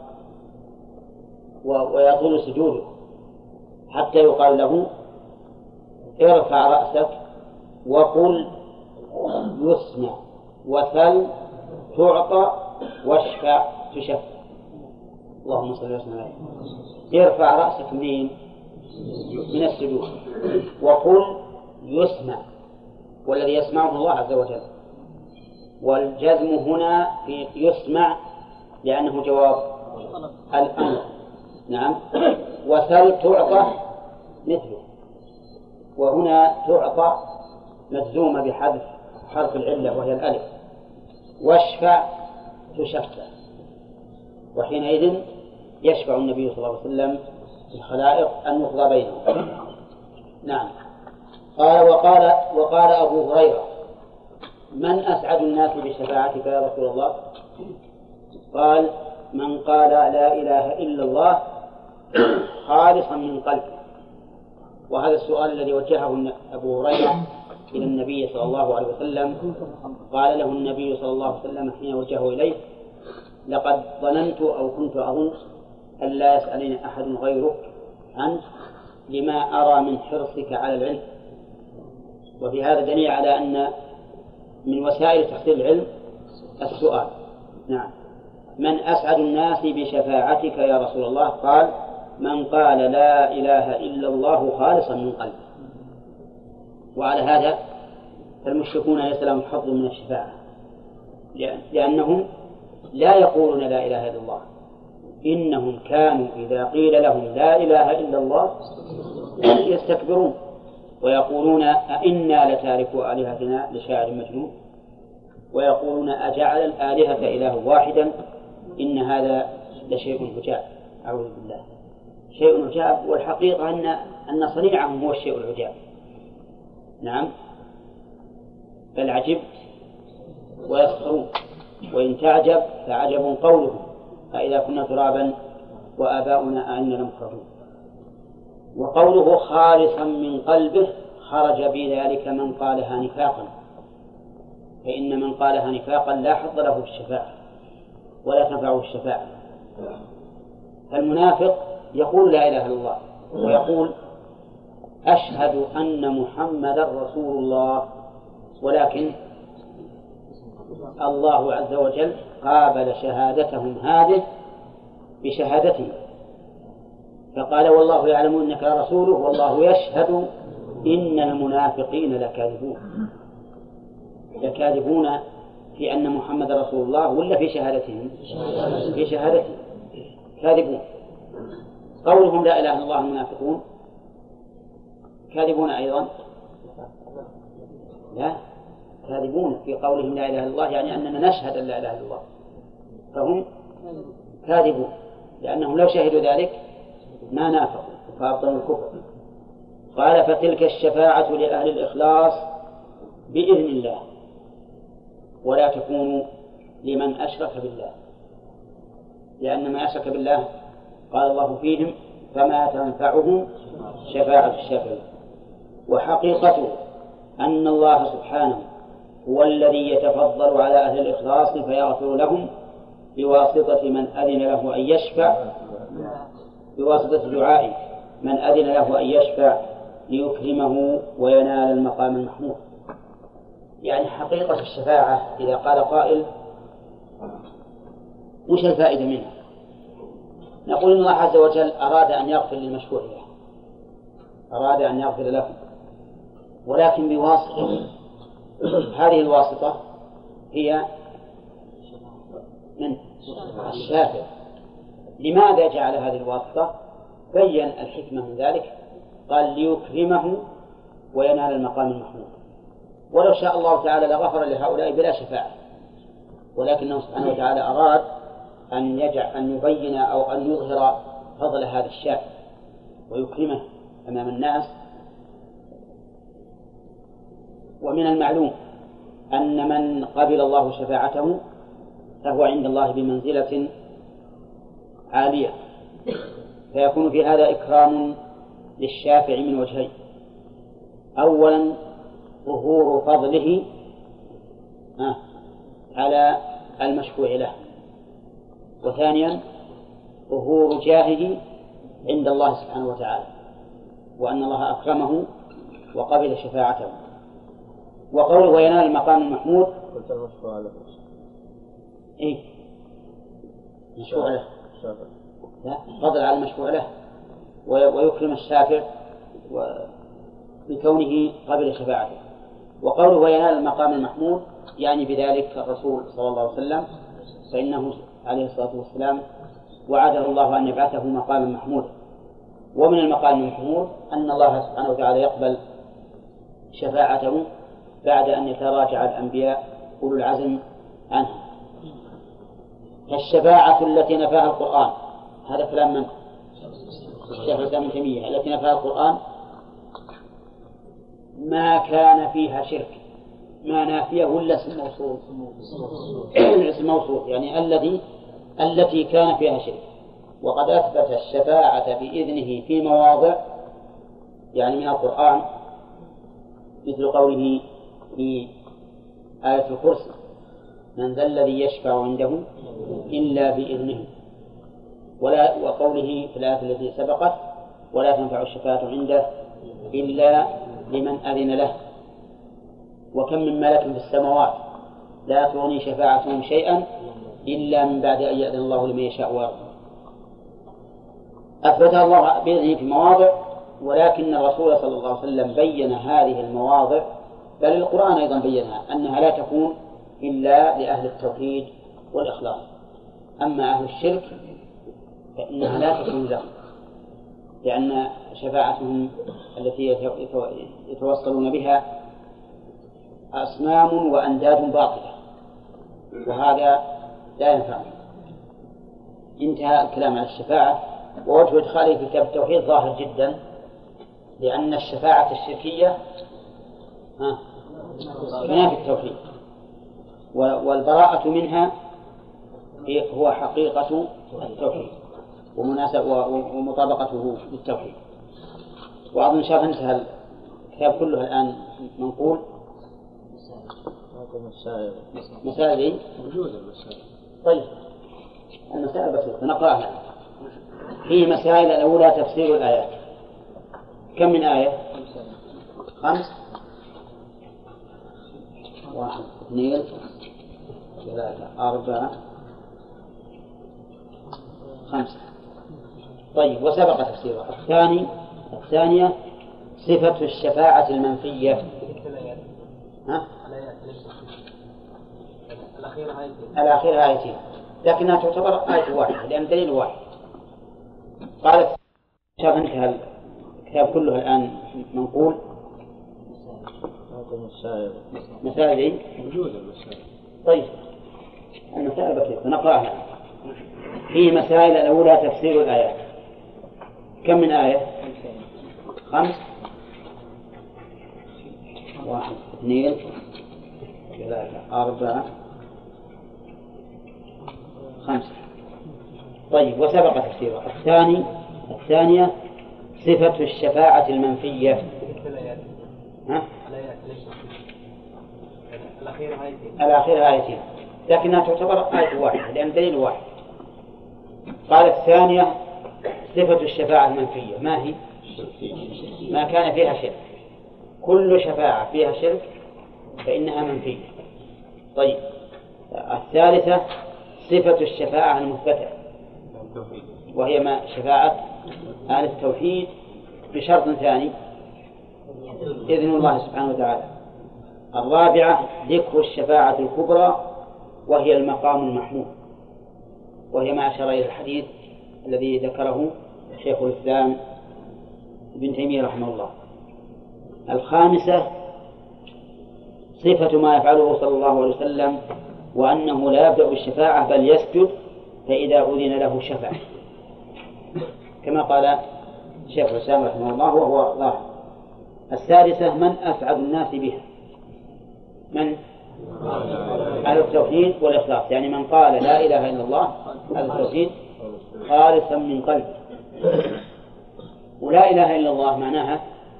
[SPEAKER 2] ويطول سجوده حتى يقال له: ارفع رأسك وقل يسمع وسل تعطى واشفع تشفع. اللهم صل وسلم عليه. ارفع رأسك من السجود وقل يسمع، والذي يسمعه الله عز وجل. والجزم هنا في يسمع لأنه جواب الأمر. نعم. وسل تعطى مثله، وهنا تعطى مجزومة بحذف حرف العلة وهي الألف، واشفع تشفع. وحينئذ يشفع النبي صلى الله عليه وسلم الخلائق أن يقضى بينهم.
[SPEAKER 1] نعم. وقال أبو هريرة: من أسعد الناس بشفاعتك يا رسول الله؟ قال: من قال لا إله إلا الله خالصا من قلبه. وهذا السؤال الذي وجهه أبو هريرة إلى النبي صلى الله عليه وسلم، قال له النبي صلى الله عليه وسلم حين وجهه إليه: لقد ظننت أو كنت أظن أن لا يسألني أحد غيرك عنه لما أرى من حرصك على العلم. وفي هذا دليل على أن من وسائل تحصيل العلم السؤال. نعم. من أسعد الناس بشفاعتك يا رسول الله؟ قال: من قال لا إله إلا الله خالصا من قلبه. وعلى هذا فالمشركون ليس لهم حظ من الشفاعة، لأنهم لا يقولون لا إله إلا الله، إنهم كانوا إذا قيل لهم لا إله إلا الله يستكبرون ويقولون أئنا لتاركوا آلهتنا لشاعر مجنون، ويقولون أجعل الآلهة إله واحدا إن هذا لشيء عجاب. أعوذ بالله، شيء عجاب، والحقيقة أن صنيعهم هو الشيء العجاب. نعم، بل عجبت ويسخرون، وإن تعجب فعجب قولهم فإذا كنا ترابا وآباؤنا أئنا لمكرمون. وقوله خالصا من قلبه خرج بذلك من قالها نفاقا، فإن من قالها نفاقا لا حظ له في الشفاعة ولا تنفعه الشفاعة. فالمنافق يقول لا إله إلا الله ويقول أشهد أن محمدا رسول الله، ولكن الله عز وجل قابل شهادتهم هذه بشهادته، فقال: والله يعلم إنك لرسوله والله يشهد إن المنافقين لكاذبون في أن محمد رسول الله، ولا في شهادتهم؟ في شهادتهم كاذبون. قولهم لا إله إلا الله المنافقون كاذبون أيضا؟ لا، كاذبون في قولهم لا إله إلا الله، يعني أننا نشهد أن لا إله إلا الله، فهم كاذبون، لأنهم لو شهدوا ذلك ما نافقوا فأبطلوا الكفر. قال: فتلك الشفاعة لأهل الإخلاص بإذن الله، ولا تكون لمن أشرك بالله، لأن ما أشرك بالله قال الله فيهم: فما تنفعهم شفاعة الشافعين. وحقيقته أن الله سبحانه هو الذي يتفضل على أهل الإخلاص فيغفر لهم بواسطة من أذن له أن يشفع، بواسطة دعائه من أذن له أن يشفع ليكرمه وينال المقام المحمود. يعني حقيقة الشفاعة إذا قال قائل: وش الفائدة منها؟ نقول إن الله عز وجل أراد أن يغفر للمشفوع له، أراد أن يغفر له، ولكن بواسطة. هذه الواسطة هي من الشافع. لماذا جعل هذه الواسطة؟ بين الحكمة من ذلك، قال: ليكرمه وينال المقام المحمود. ولو شاء الله تعالى لغفر لهؤلاء بلا شفاعة، ولكنه سبحانه وتعالى أراد أن يبين أو أن يظهر فضل هذا الشافع ويكرمه أمام الناس. ومن المعلوم أن من قبل الله شفاعته فهو عند الله بمنزلة عالية، فيكون في هذا إكرام للشافع من وجهين: أولا ظهور فضله على المشفوع له، وثانيا ظهور جاهه عند الله سبحانه وتعالى، وأن الله أكرمه وقبل شفاعته. وقوله وينال المقام المحمود،
[SPEAKER 3] قلت المشفوع له.
[SPEAKER 1] إيه؟ مشفوع له، لا، فضل على المشفوع له، ويكرم الشافع بكونه قبل شفاعته. وقوله وينال المقام المحمود يعني بذلك الرسول صلى الله عليه وسلم، فإنه عليه الصلاة والسلام وعده الله أن يبعثه مقاما محمودا. ومن المقام المحمود أن الله سبحانه وتعالى يقبل شفاعته بعد أن يتراجع الأنبياء أولو العزم عنه. فالشفاعة التي نفاها القرآن، هذا كلام من؟ الشيخ الإسلام ابن تيمية، التي نفاها القرآن
[SPEAKER 2] ما كان فيها شرك، ما نافية ولا اسم موصول؟ اسم موصول، يعني التي كان فيها شرك. وقد أثبت الشفاعة بإذنه في مواضع، يعني من القرآن، مثل قوله في آية الكرسي: من ذا الذي يشفع عنده إلا بإذنه، وقوله في الآية التي سبقت: ولا تنفع الشفاعة عنده إلا لمن أذن له. وكم من ملك في السماوات لا تغني شفاعتهم شيئا إلا من بعد أن يأذن الله لمن يشاء ويرضى. أثبتها الله بإذنه في مواضع، ولكن الرسول صلى الله عليه وسلم بين هذه المواضع، بل القرآن أيضا بينها، أنها لا تكون إلا لأهل التوحيد والإخلاص. أما أهل الشرك فإنها لا تكون لهم، لأن شفاعتهم التي يتوصلون بها أصنام وأنداد باطلة، وهذا لا ينفع. انتهى الكلام على الشفاعة. ووجه إدخاله في كتاب التوحيد ظاهر جدا، لأن الشفاعة الشركية تنافي التوحيد، والبراءة منها هو حقيقة التوحيد ومطابقته للتوحيد. وأظن إن شاء الله انتهى الكتاب كله الآن منقول. مسائل طيب، المسائل بسيطة نقرأها. في مسائل الأولى تفسير الآيات. كم من آية؟ 5. 1 2 3 4 5. طيب، وسبق تفسيرها. الثانية صفة الشفاعة المنفية. الأخيرة آيتين، لكنها تعتبر آية واحدة لأن دليل واحد. قالت شاف انتهى الكتاب كله الآن منقول. مسائل طيب، المسائل بسيطة نقرأها. في مسائل الأولى تفسير الآيات. كم من آية؟ 5 1 2 3 4 5. طيب، وسبق تفسيرها. الثانية صفة الشفاعة المنفية. الأخيرة آيتين، لكنها تعتبر آية واحدة لأن دليل واحد. قال الثانية صفة الشفاعة المنفية. ما هي؟ ما كان فيها شرك. كل شفاعة فيها شرك فإنها منفية. طيب، الثالثة صفة الشفاعة المثبتة، وهي ما شفاعة أهل التوحيد بشرط ثاني: إذن الله سبحانه وتعالى. الرابعة ذكر الشفاعة الكبرى، وهي المقام المحمود، وهي ما أشار إلى الحديث الذي ذكره شيخ الإسلام ابن تيمية رحمه الله. الخامسة صفة ما يفعله صلى الله عليه وسلم، وأنه لا يبدأ بالشفاعة بل يسجد، فإذا أذن له شفع، كما قال شيخ الإسلام رحمه الله وهو ظاهر. السادسة من أسعد الناس بها؟ من؟ أهل التوحيد والإخلاص، يعني من قال لا إله إلا الله أهل التوحيد خالصا من قلبه. ولا إله إلا الله معناها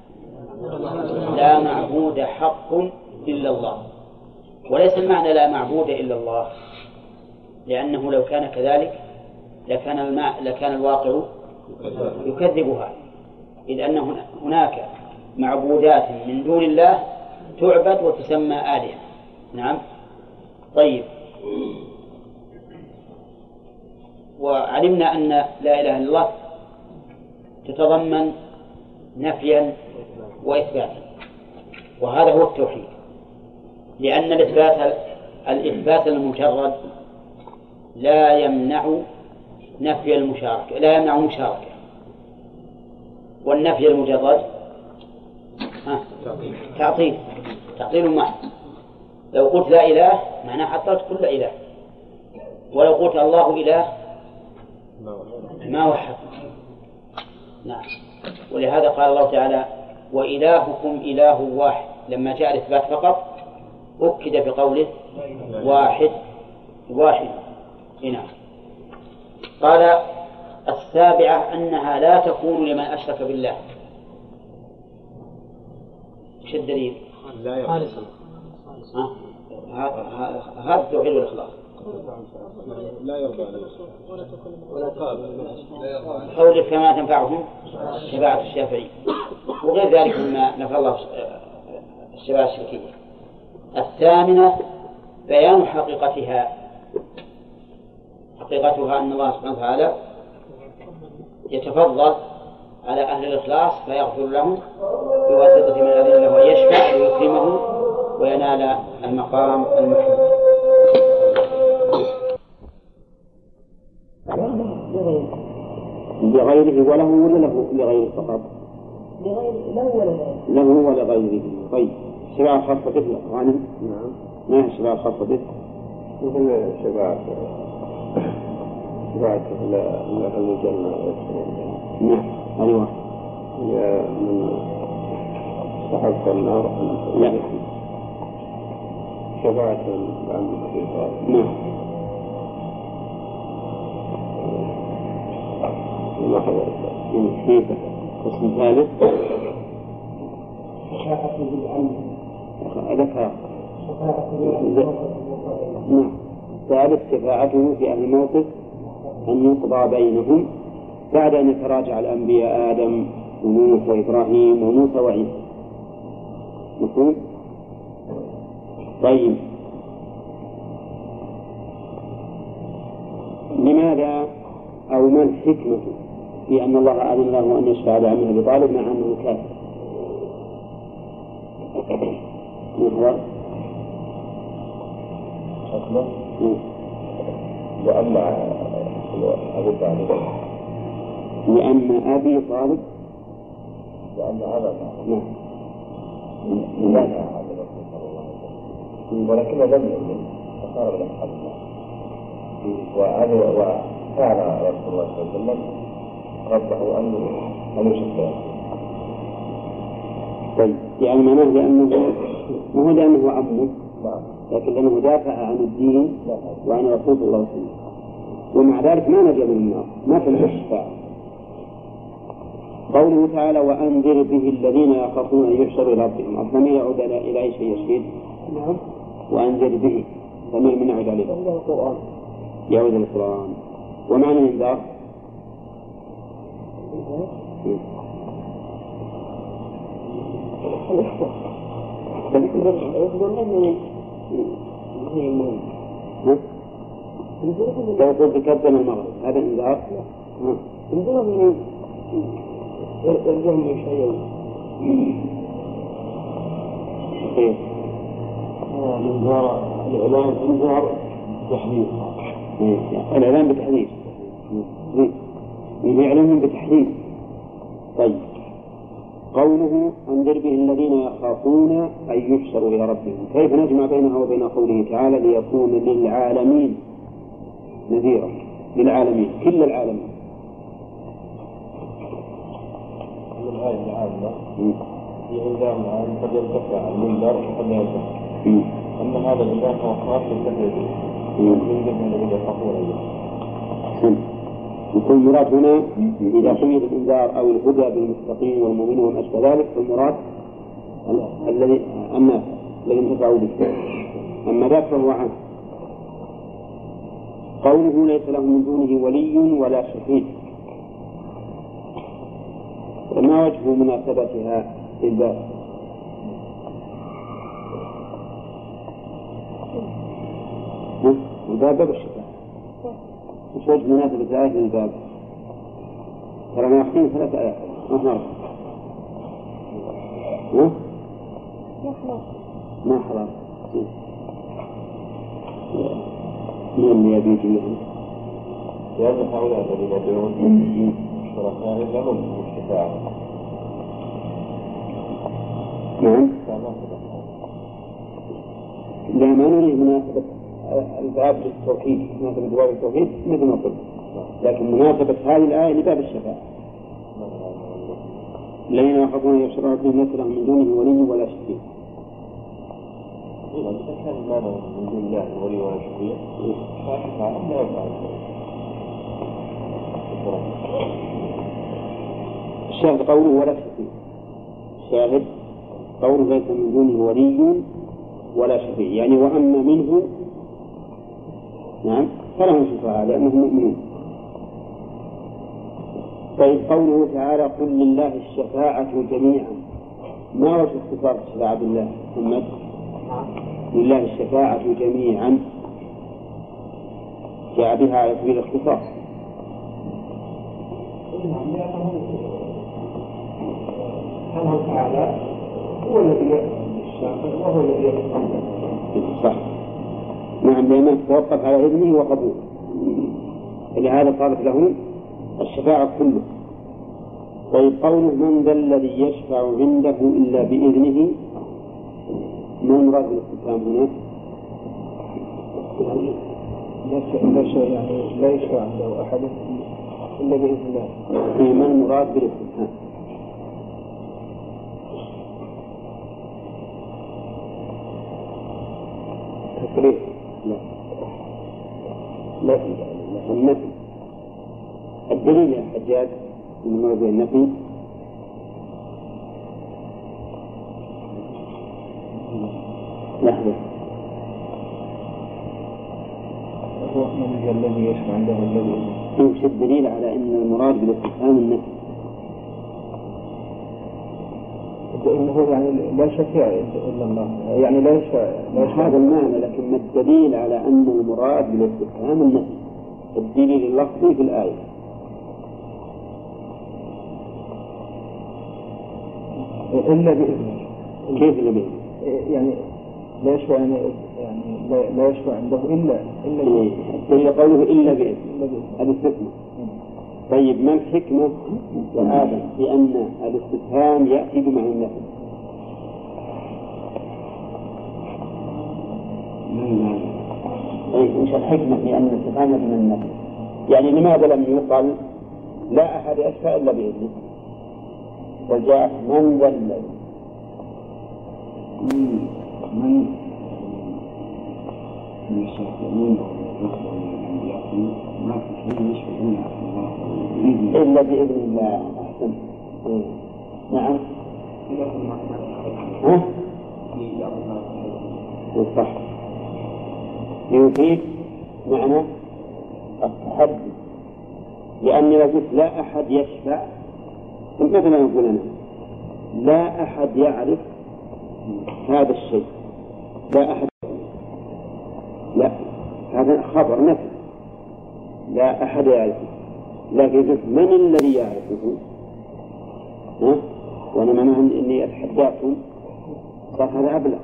[SPEAKER 2] لا معبود حق إلا الله، وليس المعنى لا معبود إلا الله، لأنه لو كان كذلك لكان الواقع يكذبها، إذ أن هناك معبودات من دون الله تعبد وتسمى آلهة. نعم. طيب، وعلمنا أن لا إله إلا الله تتضمن نفيا وإثباتا، وهذا هو التوحيد، لأن الإثبات المجرد لا يمنع نفي المشاركة، لا يمنع مشاركة، والنفي المجرد تعطيل محض. لو قلت لا إله معناه حطلت كل إله، ولو قلت الله إله ما وحد. نعم. ولهذا قال الله تعالى
[SPEAKER 1] وإلهكم إله واحد لما جاء الإثبات فقط أكد بقوله واحد واحد. هنا قال السابعة أنها لا تكون لمن أشرك بالله. وش الدليل؟ هذا توحيد والإخلاص.
[SPEAKER 3] لا يرضى
[SPEAKER 1] قولك كما تنفعهم شفاعة الشافعي وغير ذلك مما نفع الله الشفاعة الشركية. الثامنة بيان حقيقتها. حقيقتها أن الله سبحانه وتعالى يتفضل على أهل الإخلاص فيغفر لهم بواسطة من أذن له ويشفع ويكرمه وينال المقام المحمود.
[SPEAKER 2] لغيره وله ولا له لغيره فقط؟ له ولغيره. طيب الشفاعة خاصة به غانم؟ نعم. ما هي الشفاعة الخاصة به؟
[SPEAKER 3] مثل شفاعة أهل الجنة.
[SPEAKER 2] نعم هذه واحد.
[SPEAKER 3] من استحق النار.
[SPEAKER 2] لا.
[SPEAKER 3] شفاعة عن الحقيقة.
[SPEAKER 2] نعم.
[SPEAKER 3] ما حضر
[SPEAKER 2] كيف قسم ثالث ذكر نعم ثالث شفاعته في أهل الموقف أن يقضى بينهم بعد أن يتراجع الأنبياء آدم ونوح وإبراهيم وموسى وعيسى. مفهوم؟ طيب لماذا أو ما الحكمة في أن الله أذن له أن يشفع لعمه أبي طالب مع أنه كافر؟ محور
[SPEAKER 3] حكمة لأن أبي طالب
[SPEAKER 2] لأن أبي طالب
[SPEAKER 3] لأن هذا
[SPEAKER 2] نعم
[SPEAKER 3] ولكن لم يؤمن فصار من أصحاب الله. وكان رسول الله صلى الله عليه وسلم ربه أن يشفع.
[SPEAKER 2] طيب يعني معناه لأنه مو لأنه عمه لكن لأنه دافع عن الدين وعن رسول الله صلى الله عليه وسلم ومع ذلك ما نجا من النار ما كان الشفاعة. قوله تعالى وأنذر به الذين يخافون أن يحشروا إلى ربهم أصلا يعود إلى أي شيء يشهد. نعم. وأنذر به ضمير من يعود عليه القرآن يعود القرآن. ومعنى الإنذار يقول بكذب المغرب هذا إنذار. إنذار من يرجعون شيئا.
[SPEAKER 3] الإنذار الإعلان إنذار تحذير.
[SPEAKER 2] الإعلان بتحذير يعلمهم بتحذير. طيب قوله أنذر به الذين يخافون أن يحشروا إلى ربهم كيف نجمع بينها وبين قوله تعالى ليكون للعالمين نذيرا للعالمين كل العالمين.
[SPEAKER 3] الآية العامة في إنذار العام قد يرتفع المنذر وقد يرتفع. أما هذا الإنذار هو خاص بالتحذير ينذر من الذين يخافون.
[SPEAKER 2] يكون المراد هنا إذا سميت الإنذار أو الهدى بالمتقين والمؤمنين وما أشبه ذلك فالمراد الذي الناس الذي انتفعوا به. أما ذاك فهو عام. قوله ليس له من دونه ولي ولا شهيد ما وجه مناسبتها للباب؟ الباب باب الشفاعة مش وجه مناسبة الآية للباب؟ ترى ما يحكين 3 آيات ما نعرف ما خلاص من اللي يبي جميعا
[SPEAKER 3] لأن هؤلاء الذين يدعون شركاء لهم الشفاعة.
[SPEAKER 2] نعم لا ما نريد مناسبة الباب للتوحيد مناسبة باب التوحيد مثل ما قلت لكن مناسبة هذه الآية لباب الشفاعة الذين يخافون يشرع بهم ليس لهم من دونه ولي ولا شفيع.
[SPEAKER 3] إذا كان ما له من دون الله ولي ولا شفيع فالشفاعة لا يفعل.
[SPEAKER 2] الشاهد قوله ولا شفيع. الشاهد قوله ليس من دونه ولي ولا شفيع، يعني وأما منه نعم فلهم شفاعة لأنهم مؤمنون. طيب قوله تعالى قل لله الشفاعة جميعا، ما وجه اختصاص الشفاعة بالله محمد؟ لله الشفاعة جميعا جاء بها على سبيل الاختصاص.
[SPEAKER 4] الله تعالى هو الذي يشفع وهو الذي يتقبل.
[SPEAKER 2] صح. نعم لأنه توقف على إذنه وقبوله، لهذا صارت له الشفاعة كله. طيب قوله من ذا الذي يشفع عنده إلا بإذنه، ما المراد بالاستفهام هنا؟
[SPEAKER 4] يعني لا يشفع عنده أحد إلا بإذن الله.
[SPEAKER 2] ما المراد بالاستفهام؟ تقريب؟ لا النفي. الدليل يا حجاج من موضوع النفي لحظة.
[SPEAKER 4] هو من الذي يشفع عنده الذي
[SPEAKER 2] يوجد الدليل على أن المراد بالاستفهام النفي.
[SPEAKER 4] إنه يعني لا شفيع إلا الله، يعني لا يشفع
[SPEAKER 2] هذا المعنى، لكن ما الدليل على أن المراد بالاستفهام النفي؟ الدليل اللفظي في الآية
[SPEAKER 4] إلا بإذنه.
[SPEAKER 2] كيف إلا بإذنه؟
[SPEAKER 4] يعني لا يشفع يعني لا يشفع عنده إلا
[SPEAKER 2] الدليل قوله إلا بإذنه هذه الحكمة. طيب ما الحكمة يا آدم في أن الاستفهام يأتي بمعنى النفي؟ إيش الحكمة في أن الاستفهام يأتي بمعنى النفي؟ يعني لماذا لم يقل لا أحد يشفع إلا بإذنه، وجاء من ذا الذي
[SPEAKER 5] من الشافعين ما في شيء يشفعون الله
[SPEAKER 2] إلا بإذن الله. أحسن. نعم. صح. يفيد معنى التحدي، لأني لو قلت لا أحد يشفع مثلا يقول أنا لا أحد يعرف هذا الشيء، لا أحد، لا هذا خبر نفي، لا أحد يعرفه، لكن قلت من الذي يعرفه؟ وأنا معناه إني أتحداكم صار هذا أبلغ.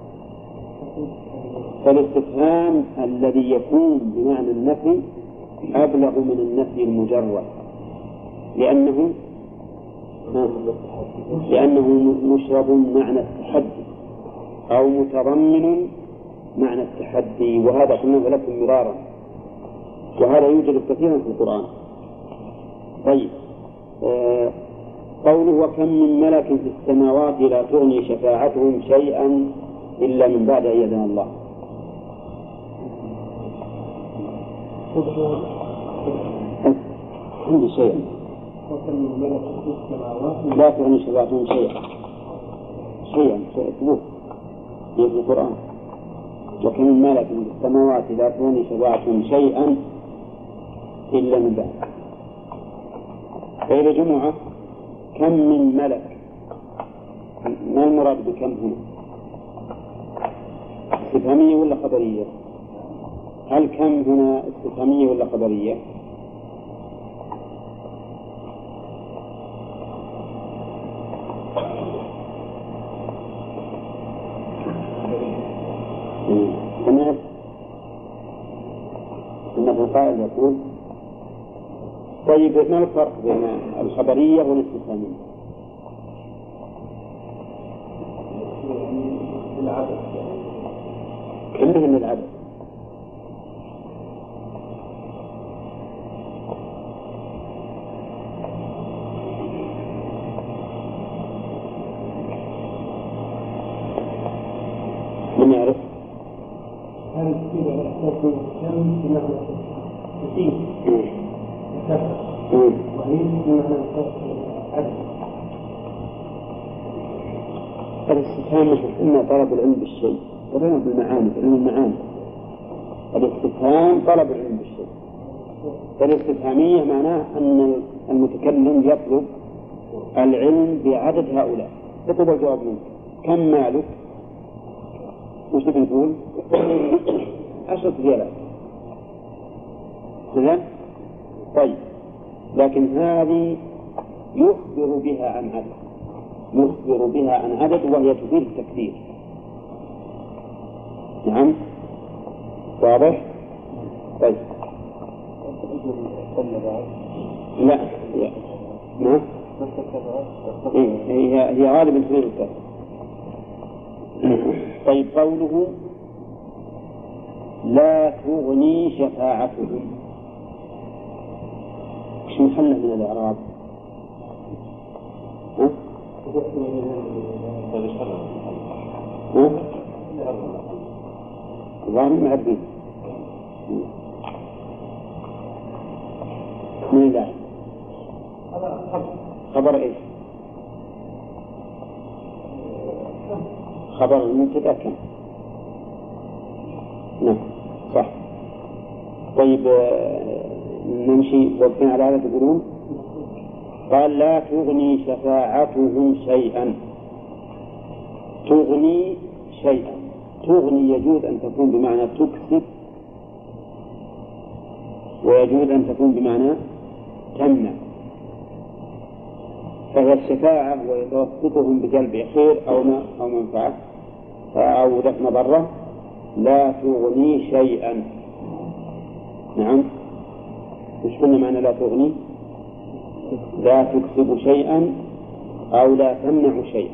[SPEAKER 2] فالاستفهام الذي يكون بمعنى النفي أبلغ من النفي المجرد، لأنه مشرب معنى التحدي أو متضمن معنى التحدي، وهذا قلناه لكم مرارا، وهذا يوجد كثيرا في القرآن. طيب قوله وكم من ملك في السماوات لا تغني شفاعتهم شيئا إلا من بعد أن يأذن الله. عندي شيء لا تغني شفاعتهم شيئا ثبوت في القرآن. وكم من ملك في السماوات لا تغني شفاعتهم شيئا إلا من بعد. فإذا جمعة كم من ملك، ما المراد بكم هنا؟ استفهامية ولا خبرية؟ هل كم هنا استفهامية ولا خبرية؟ سمعت أن القائل يقول طيب ما الفرق بين الخبرية والاستفهامية؟ كلهم العدد.
[SPEAKER 4] هل كذا يحتاج كم بمعنى كثير وكثر وهي بمعنى عدد؟
[SPEAKER 2] الاستفهام إما طلب العلم بالشيء وطلب بالمعاني علم المعاني. الاستفهام طلب العلم بالشيء، فالاستفهامية معناه أن المتكلم يطلب العلم بعدد هؤلاء، يطلب الجواب منك. كم مالك؟ وش تبي تقول؟ 10 ريالات كذا. طيب، لكن هذه يخبر بها عن عدد، يخبر بها عن عدد وهي تفيد التكثير. نعم، واضح؟ طيب، لا ما هي غالبا تفيد التكثير. طيب، قوله لا تغني شفاعتهم، ايش محله من الإعراب؟ الله معرفين من الله. خبر ايش؟ خبر المبتدأ كم؟ نعم صح. طيب، نمشي وقفنا على هذا. تقولون قال لا تغني شفاعتهم شيئا. تغني شيئا، تغني يجوز أن تكون بمعنى تكسب، ويجوز أن تكون بمعنى تمنع. فهي الشفاعة ويتوسطهم بجلب خير أو منفعة أو دفع مضرة. لا تغني شيئا. نعم، وش قلنا معنى لا تغني؟ لا تكسب شيئا أو لا تمنع شيئا.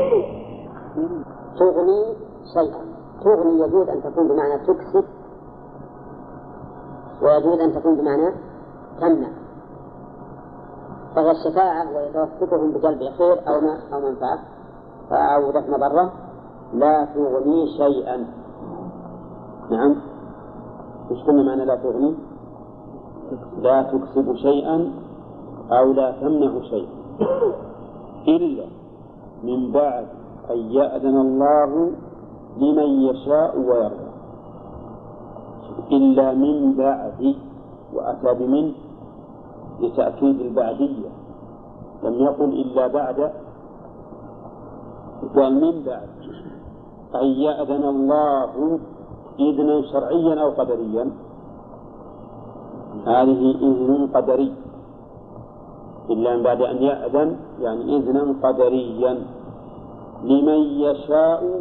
[SPEAKER 1] تغني شيئا، تغني يجوز أن تكون بمعنى تكسب، ويجوز أن تكون بمعنى تمنع. فهي الشفاعة ويتوسطهم بجلب خير أو منفعة أو دفع مضرة. لا تغني شيئا. نعم، وش قلنا معنى لا تغني؟ لا تكسب شيئا أو لا تمنع شيئا إلا من بعد أن يأذن الله لمن يشاء ويرضى. إلا من بعد، وأتى بمن لتأكيد البعدية، لم يقل إلا بعد، قال من بعد أن يأذن الله إذنا شرعيا أو قدريا. هذه إذن قدري، إلا من بعد أن يأذن يعني إذنا قدريا لمن يشاء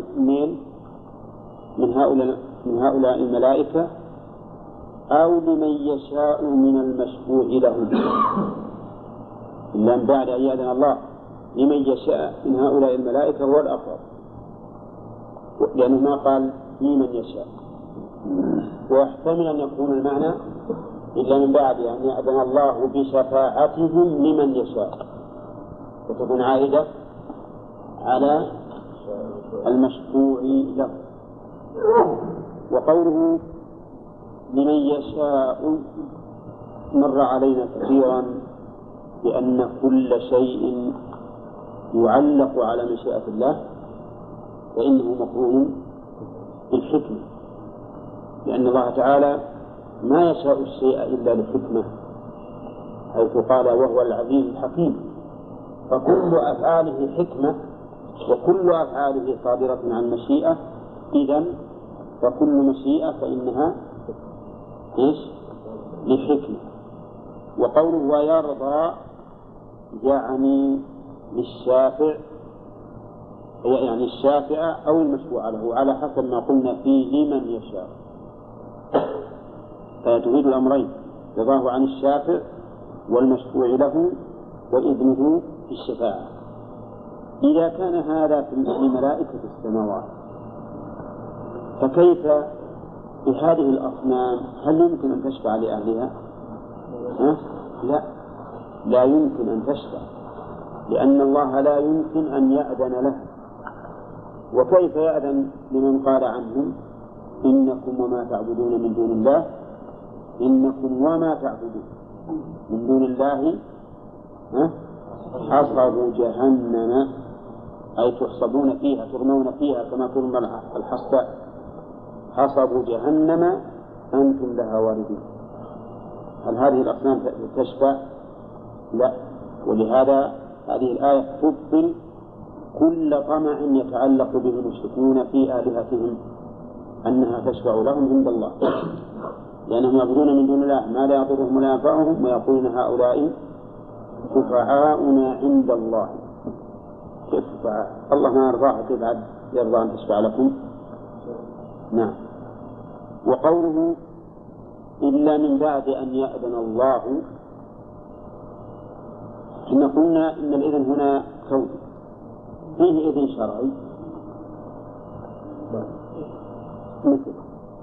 [SPEAKER 1] من هؤلاء الملائكة أو لمن يشاء من المشفوع لهم. إلا من بعد أن يأذن الله لمن يشاء من هؤلاء الملائكة هو الأقرب، لأنه ما قال لمن يشاء. ويحتمل أن يكون المعنى إلا من بعد أن يأذن الله بشفاعتهم لمن يشاء، وتكون عائدة على المشفوع له. وقوله لمن يشاء مر علينا كثيرا بأن كل شيء يعلق على مشيئة الله فإنه مقرون بالحكمة، لأن الله تعالى ما يشاء الشيء إلا لحكمة، حيث قال وهو العزيز الحكيم. فكل أفعاله حكمة، وكل أفعاله صادرة عن مشيئة. إذن فكل مشيئة فإنها إيش؟ لحكمة. وقوله ويرضى يعني للشافع، يعني الشافع أو المشفوع له، على حسب ما قلنا فيه لمن يشاء، فتريد الأمرين: رضاه عن الشافع والمشفوع له وإذنه في الشفاعة. إذا كان هذا في ملائكة السماوات، فكيف بهذه الأصنام؟ هل يمكن أن تشفع لأهلها؟ لا يمكن أن تشفع، لأن الله لا يمكن أن يأذن له. وكيف يأذن لمن قال عنهم
[SPEAKER 2] إنكم وما تعبدون من دون الله إنكم وما تعبدون من دون الله حصب جهنم، أي تحصبون فيها ترمون فيها كما ترمى الحصى، حصب جهنم أنتم لها واردون. هل هذه الأصنام تشفع؟ لا. ولهذا هذه الآية تبطل كل طمع يتعلق به المشركون في آلهتهم أنها تشفع لهم عند الله، لأنهم يعبدون من دون الله ما لا يضرهم ولا ينفعهم ويقولون هؤلاء شفعاؤنا عند الله. كيف شفعاء؟ الله ما يرضاها، كيف عاد يرضى أن تشفع لكم؟ نعم. وقوله إلا من بعد أن يأذن الله، إن قلنا إن الإذن هنا كون، فيه إذن شرعي مثل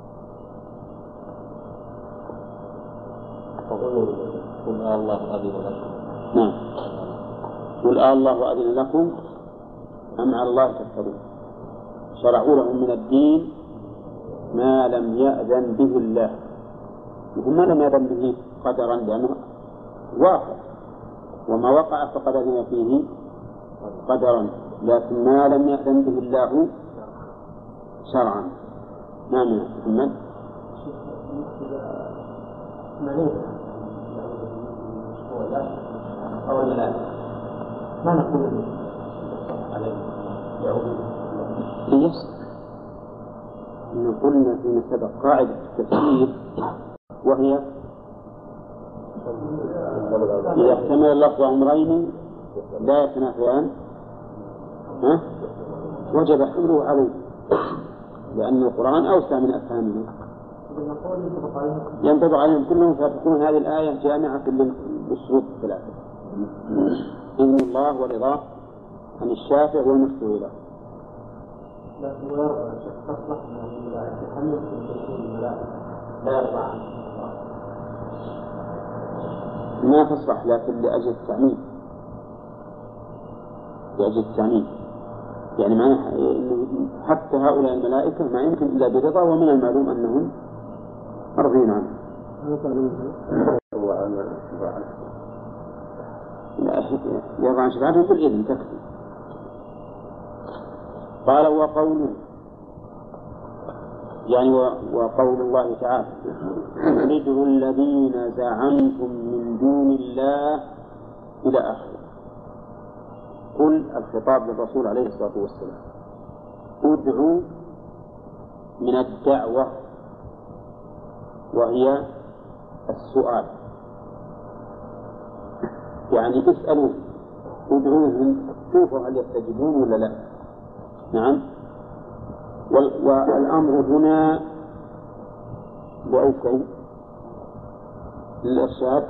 [SPEAKER 3] قل الله أذن لكم.
[SPEAKER 2] نعم. قل الله أذن لكم أم على الله تفترون. شرعوا لهم من الدين ما لم يأذن به الله، وما لم يأذن به قدرا لأنه واقع، وما وقع فقد أذن فيه قدرا، لكن ما لم يأذن به الله شرعا. نعم يا محمد.
[SPEAKER 4] ما نقول عليه
[SPEAKER 2] إن قلنا فيما سبق قاعدة التفسير، وهي إذا احتمل اللفظ أمرين لا يتنافيان وجب حمله عليه، لأن القرآن أوسع من أفهامه، ينطبق عليهم كلهم، فتكون هذه الآية جامعة للشروط الثلاثة: إذن الله ورضاه عن الشافع والمشفوع له.
[SPEAKER 4] لكن ويرضى تصلح من الملائكة تحمل في تشكيل الملائكة لا يرضى عنه
[SPEAKER 2] ما تصلح، لكن لأجل التعميم، لأجل التعميم، يعني معناه حتى هؤلاء الملائكة ما يمكن إلا برضا، ومن المعلوم أنهم مرضين عنه. يرضى عن شفاعتهم بالإذن تكفي. قال وقوله يعني وقول الله تعالى ادعوا الذين زعمتم من دون الله إلى آخره. قل الخطاب للرسول عليه الصلاة والسلام، ادعوا من الدعوة وهي السؤال، يعني اسألوا، ادعوهم شوفوا هل يستجيبون ولا لا. نعم. والأمر هنا بأي شيء للإرشاد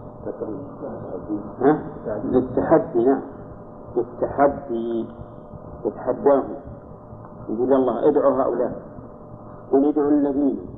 [SPEAKER 2] للتحدي. نعم للتحدي، يتحداهم، يقول الله ادعوا هؤلاء، قل ادعوا الذين